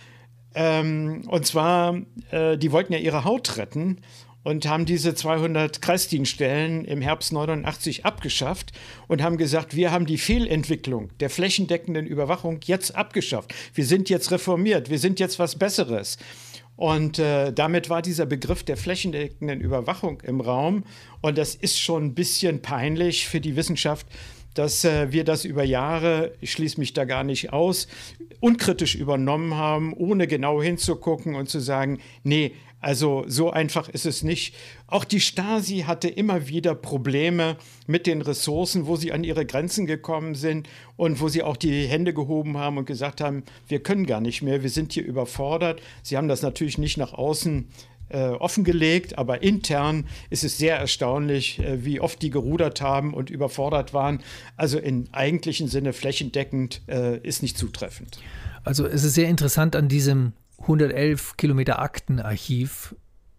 Und zwar, die wollten ja ihre Haut retten und haben diese 200 Kreisdienststellen im Herbst 89 abgeschafft und haben gesagt, wir haben die Fehlentwicklung der flächendeckenden Überwachung jetzt abgeschafft. Wir sind jetzt reformiert, wir sind jetzt was Besseres. Und damit war dieser Begriff der flächendeckenden Überwachung im Raum. Und das ist schon ein bisschen peinlich für die Wissenschaft, dass wir das über Jahre, ich schließe mich da gar nicht aus, unkritisch übernommen haben, ohne genau hinzugucken und zu sagen, nee, also so einfach ist es nicht. Auch die Stasi hatte immer wieder Probleme mit den Ressourcen, wo sie an ihre Grenzen gekommen sind und wo sie auch die Hände gehoben haben und gesagt haben, wir können gar nicht mehr, wir sind hier überfordert. Sie haben das natürlich nicht nach außen offengelegt, aber intern ist es sehr erstaunlich, wie oft die gerudert haben und überfordert waren. Also im eigentlichen Sinne flächendeckend ist nicht zutreffend. Also es ist sehr interessant an diesem 111 Kilometer Aktenarchiv,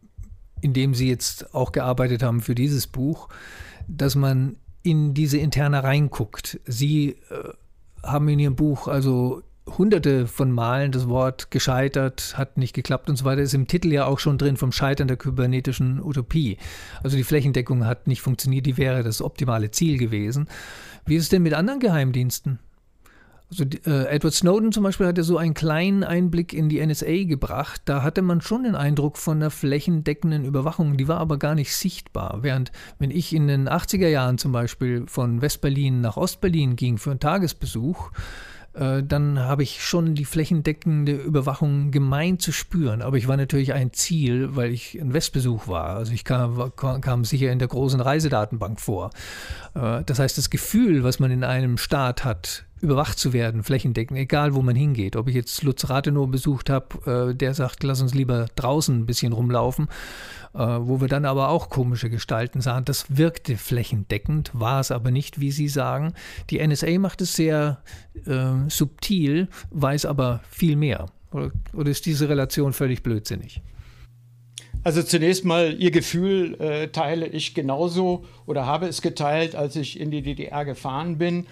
in dem Sie jetzt auch gearbeitet haben für dieses Buch, dass man in diese Interne reinguckt. Sie haben in Ihrem Buch also Hunderte von Malen das Wort gescheitert, hat nicht geklappt und so weiter, ist im Titel ja auch schon drin vom Scheitern der kybernetischen Utopie. Also die Flächendeckung hat nicht funktioniert, die wäre das optimale Ziel gewesen. Wie ist es denn mit anderen Geheimdiensten? Also Edward Snowden zum Beispiel hatte so einen kleinen Einblick in die NSA gebracht. Da hatte man schon den Eindruck von einer flächendeckenden Überwachung, die war aber gar nicht sichtbar. Während wenn ich in den 80er Jahren zum Beispiel von Westberlin nach Ostberlin ging für einen Tagesbesuch, dann habe ich schon die flächendeckende Überwachung gemeint zu spüren. Aber ich war natürlich ein Ziel, weil ich ein Westbesuch war. Also ich kam sicher in der großen Reisedatenbank vor. Das heißt, das Gefühl, was man in einem Staat hat, überwacht zu werden, flächendeckend, egal wo man hingeht. Ob ich jetzt Lutz Rathenow besucht habe, der sagt, lass uns lieber draußen ein bisschen rumlaufen, wo wir dann aber auch komische Gestalten sahen. Das wirkte flächendeckend, war es aber nicht, wie Sie sagen. Die NSA macht es sehr subtil, weiß aber viel mehr. Oder ist diese Relation völlig blödsinnig? Also zunächst mal, Ihr Gefühl teile ich genauso oder habe es geteilt, als ich in die DDR gefahren bin.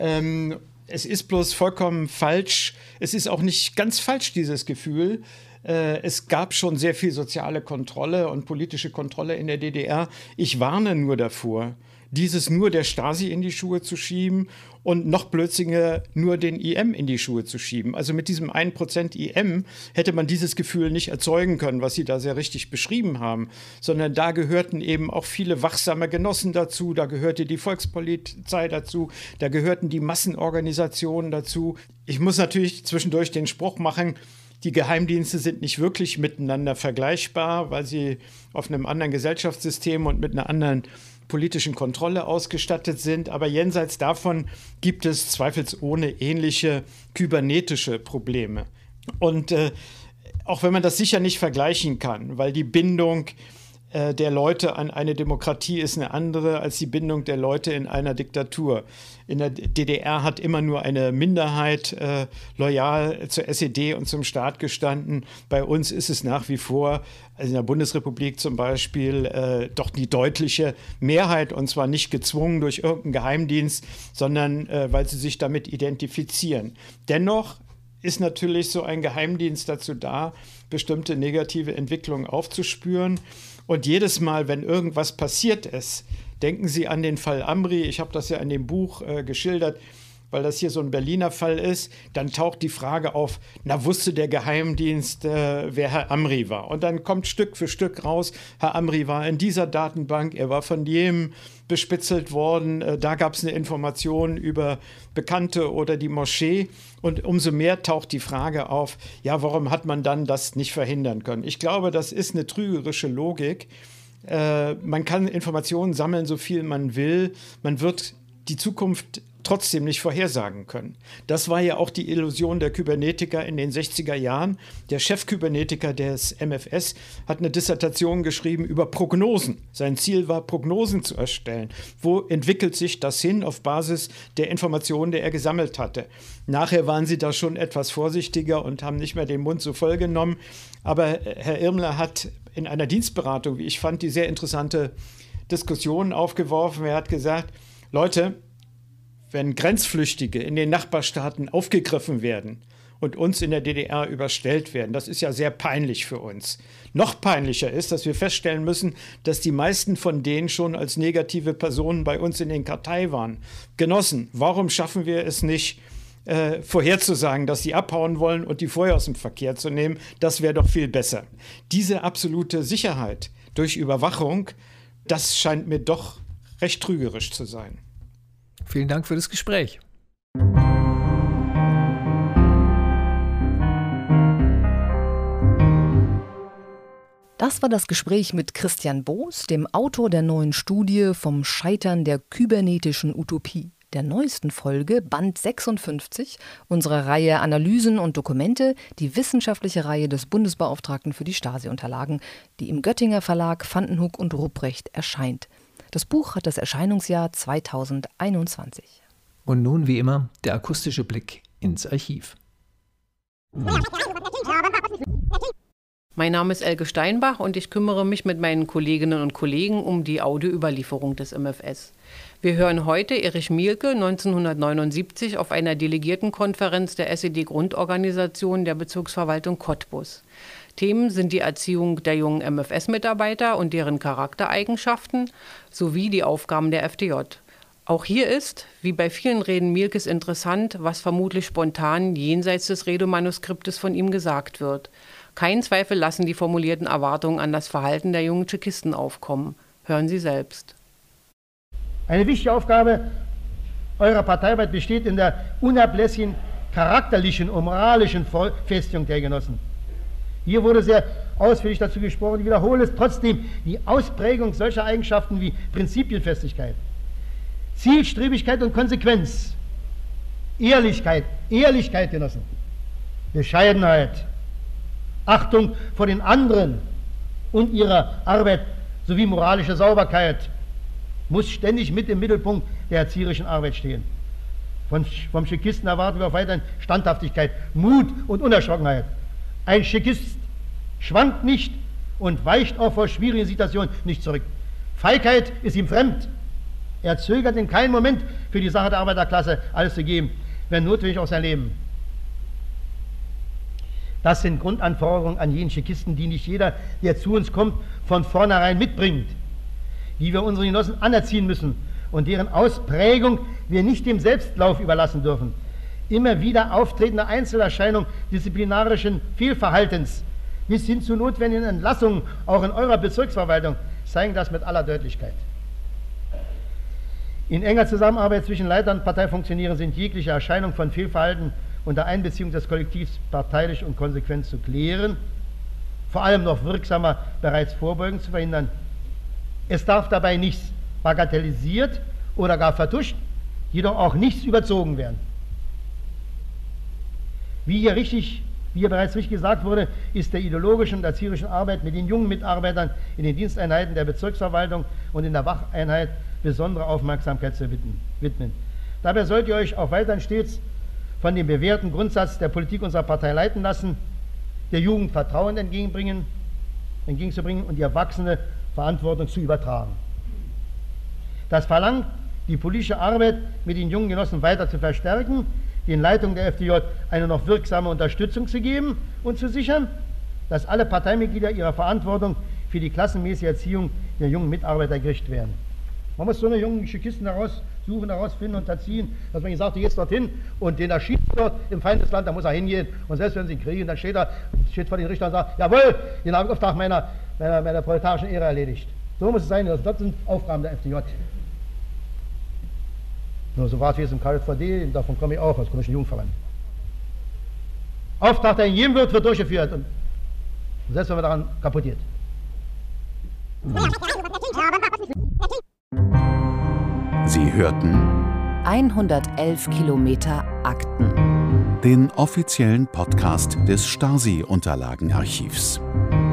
Es ist bloß vollkommen falsch. Es ist auch nicht ganz falsch, dieses Gefühl. Es gab schon sehr viel soziale Kontrolle und politische Kontrolle in der DDR. Ich warne nur davor, dieses nur der Stasi in die Schuhe zu schieben und noch blödsinniger nur den IM in die Schuhe zu schieben. Also mit diesem 1% IM hätte man dieses Gefühl nicht erzeugen können, was Sie da sehr richtig beschrieben haben, sondern da gehörten eben auch viele wachsame Genossen dazu, da gehörte die Volkspolizei dazu, da gehörten die Massenorganisationen dazu. Ich muss natürlich zwischendurch den Spruch machen, die Geheimdienste sind nicht wirklich miteinander vergleichbar, weil sie auf einem anderen Gesellschaftssystem und mit einer anderen politischen Kontrolle ausgestattet sind. Aber jenseits davon gibt es zweifelsohne ähnliche kybernetische Probleme. Und auch wenn man das sicher nicht vergleichen kann, weil die Bindung der Leute an eine Demokratie ist eine andere als die Bindung der Leute in einer Diktatur. In der DDR hat immer nur eine Minderheit loyal zur SED und zum Staat gestanden. Bei uns ist es nach wie vor, also in der Bundesrepublik zum Beispiel, doch die deutliche Mehrheit, und zwar nicht gezwungen durch irgendeinen Geheimdienst, sondern weil sie sich damit identifizieren. Dennoch ist natürlich so ein Geheimdienst dazu da, bestimmte negative Entwicklungen aufzuspüren. Und jedes Mal, wenn irgendwas passiert ist, denken Sie an den Fall Amri. Ich habe das ja in dem Buch geschildert, weil das hier so ein Berliner Fall ist. Dann taucht die Frage auf, na, wusste der Geheimdienst, wer Herr Amri war? Und dann kommt Stück für Stück raus, Herr Amri war in dieser Datenbank, er war von jedem bespitzelt worden. Da gab es eine Information über Bekannte oder die Moschee. Und umso mehr taucht die Frage auf, ja, warum hat man dann das nicht verhindern können? Ich glaube, das ist eine trügerische Logik. Man kann Informationen sammeln, so viel man will. Man wird die Zukunft trotzdem nicht vorhersagen können. Das war ja auch die Illusion der Kybernetiker in den 60er Jahren. Der Chefkybernetiker des MFS hat eine Dissertation geschrieben über Prognosen. Sein Ziel war, Prognosen zu erstellen. Wo entwickelt sich das hin auf Basis der Informationen, die er gesammelt hatte? Nachher waren sie da schon etwas vorsichtiger und haben nicht mehr den Mund so voll genommen. Aber Herr Irmler hat in einer Dienstberatung, wie ich fand, die sehr interessante Diskussion aufgeworfen. Er hat gesagt, Leute, wenn Grenzflüchtige in den Nachbarstaaten aufgegriffen werden und uns in der DDR überstellt werden, das ist ja sehr peinlich für uns. Noch peinlicher ist, dass wir feststellen müssen, dass die meisten von denen schon als negative Personen bei uns in den Kartei waren. Genossen, warum schaffen wir es nicht, vorherzusagen, dass sie abhauen wollen und die vorher aus dem Verkehr zu nehmen? Das wäre doch viel besser. Diese absolute Sicherheit durch Überwachung, das scheint mir doch recht trügerisch zu sein. Vielen Dank für das Gespräch. Das war das Gespräch mit Christian Boos, dem Autor der neuen Studie vom Scheitern der kybernetischen Utopie, der neuesten Folge, Band 56, unserer Reihe Analysen und Dokumente, die wissenschaftliche Reihe des Bundesbeauftragten für die Stasi-Unterlagen, die im Göttinger Verlag Vandenhoek und Rupprecht erscheint. Das Buch hat das Erscheinungsjahr 2021. Und nun, wie immer, der akustische Blick ins Archiv. Mein Name ist Elke Steinbach und ich kümmere mich mit meinen Kolleginnen und Kollegen um die Audioüberlieferung des MFS. Wir hören heute Erich Mielke 1979 auf einer Delegiertenkonferenz der SED-Grundorganisation der Bezirksverwaltung Cottbus. Themen sind die Erziehung der jungen MFS-Mitarbeiter und deren Charaktereigenschaften sowie die Aufgaben der FDJ. Auch hier ist, wie bei vielen Reden Mielkes, interessant, was vermutlich spontan jenseits des Redemanuskriptes von ihm gesagt wird. Kein Zweifel lassen die formulierten Erwartungen an das Verhalten der jungen Tschekisten aufkommen. Hören Sie selbst. Eine wichtige Aufgabe eurer Parteiarbeit besteht in der unablässigen charakterlichen und moralischen Festigung der Genossen. Hier wurde sehr ausführlich dazu gesprochen, ich wiederhole es trotzdem, die Ausprägung solcher Eigenschaften wie Prinzipienfestigkeit, Zielstrebigkeit und Konsequenz, Ehrlichkeit, Genossen, Bescheidenheit, Achtung vor den anderen und ihrer Arbeit sowie moralische Sauberkeit muss ständig mit im Mittelpunkt der erzieherischen Arbeit stehen. Vom Tschekisten erwarten wir auch weiterhin Standhaftigkeit, Mut und Unerschrockenheit. Ein Tschekist schwankt nicht und weicht auch vor schwierigen Situationen nicht zurück. Feigheit ist ihm fremd. Er zögert in keinem Moment für die Sache der Arbeiterklasse alles zu geben, wenn notwendig auch sein Leben. Das sind Grundanforderungen an jeden Tschekisten, die nicht jeder, der zu uns kommt, von vornherein mitbringt, die wir unseren Genossen anerziehen müssen und deren Ausprägung wir nicht dem Selbstlauf überlassen dürfen. Immer wieder auftretende Einzelerscheinungen disziplinarischen Fehlverhaltens bis hin zu notwendigen Entlassungen, auch in eurer Bezirksverwaltung, zeigen das mit aller Deutlichkeit. In enger Zusammenarbeit zwischen Leitern und Parteifunktionären sind jegliche Erscheinungen von Fehlverhalten unter Einbeziehung des Kollektivs parteilich und konsequent zu klären, vor allem noch wirksamer bereits vorbeugend zu verhindern. Es darf dabei nichts bagatellisiert oder gar vertuscht, jedoch auch nichts überzogen werden. Wie hier bereits richtig gesagt wurde, ist der ideologischen und erzieherischen Arbeit mit den jungen Mitarbeitern in den Diensteinheiten der Bezirksverwaltung und in der Wacheinheit besondere Aufmerksamkeit zu widmen. Dabei sollt ihr euch auch weiterhin stets von dem bewährten Grundsatz der Politik unserer Partei leiten lassen, der Jugend Vertrauen entgegenzubringen und die erwachsene Verantwortung zu übertragen. Das verlangt, die politische Arbeit mit den jungen Genossen weiter zu verstärken, den Leitungen der FDJ eine noch wirksame Unterstützung zu geben und zu sichern, dass alle Parteimitglieder ihrer Verantwortung für die klassenmäßige Erziehung der jungen Mitarbeiter gerecht werden. Man muss so eine jungen Tschekisten heraussuchen, herausfinden und erziehen, dass man ihnen sagt, du gehst dorthin und den erschießt dort im Feindesland, da muss er hingehen. Und selbst wenn sie ihn kriegen, dann steht vor den Richtern und sagt, jawohl, den habe ich Auftrag meiner proletarischen Ehre erledigt. So muss es sein, das sind Aufgaben der FDJ. Nur so war es wie es im KVD, davon komme ich auch, aus kommunistischen Jugendverein. Auftrag, der in jedem wird durchgeführt und selbst wenn man daran kaputtiert. Sie hörten 111 Kilometer Akten. Den offiziellen Podcast des Stasi-Unterlagenarchivs.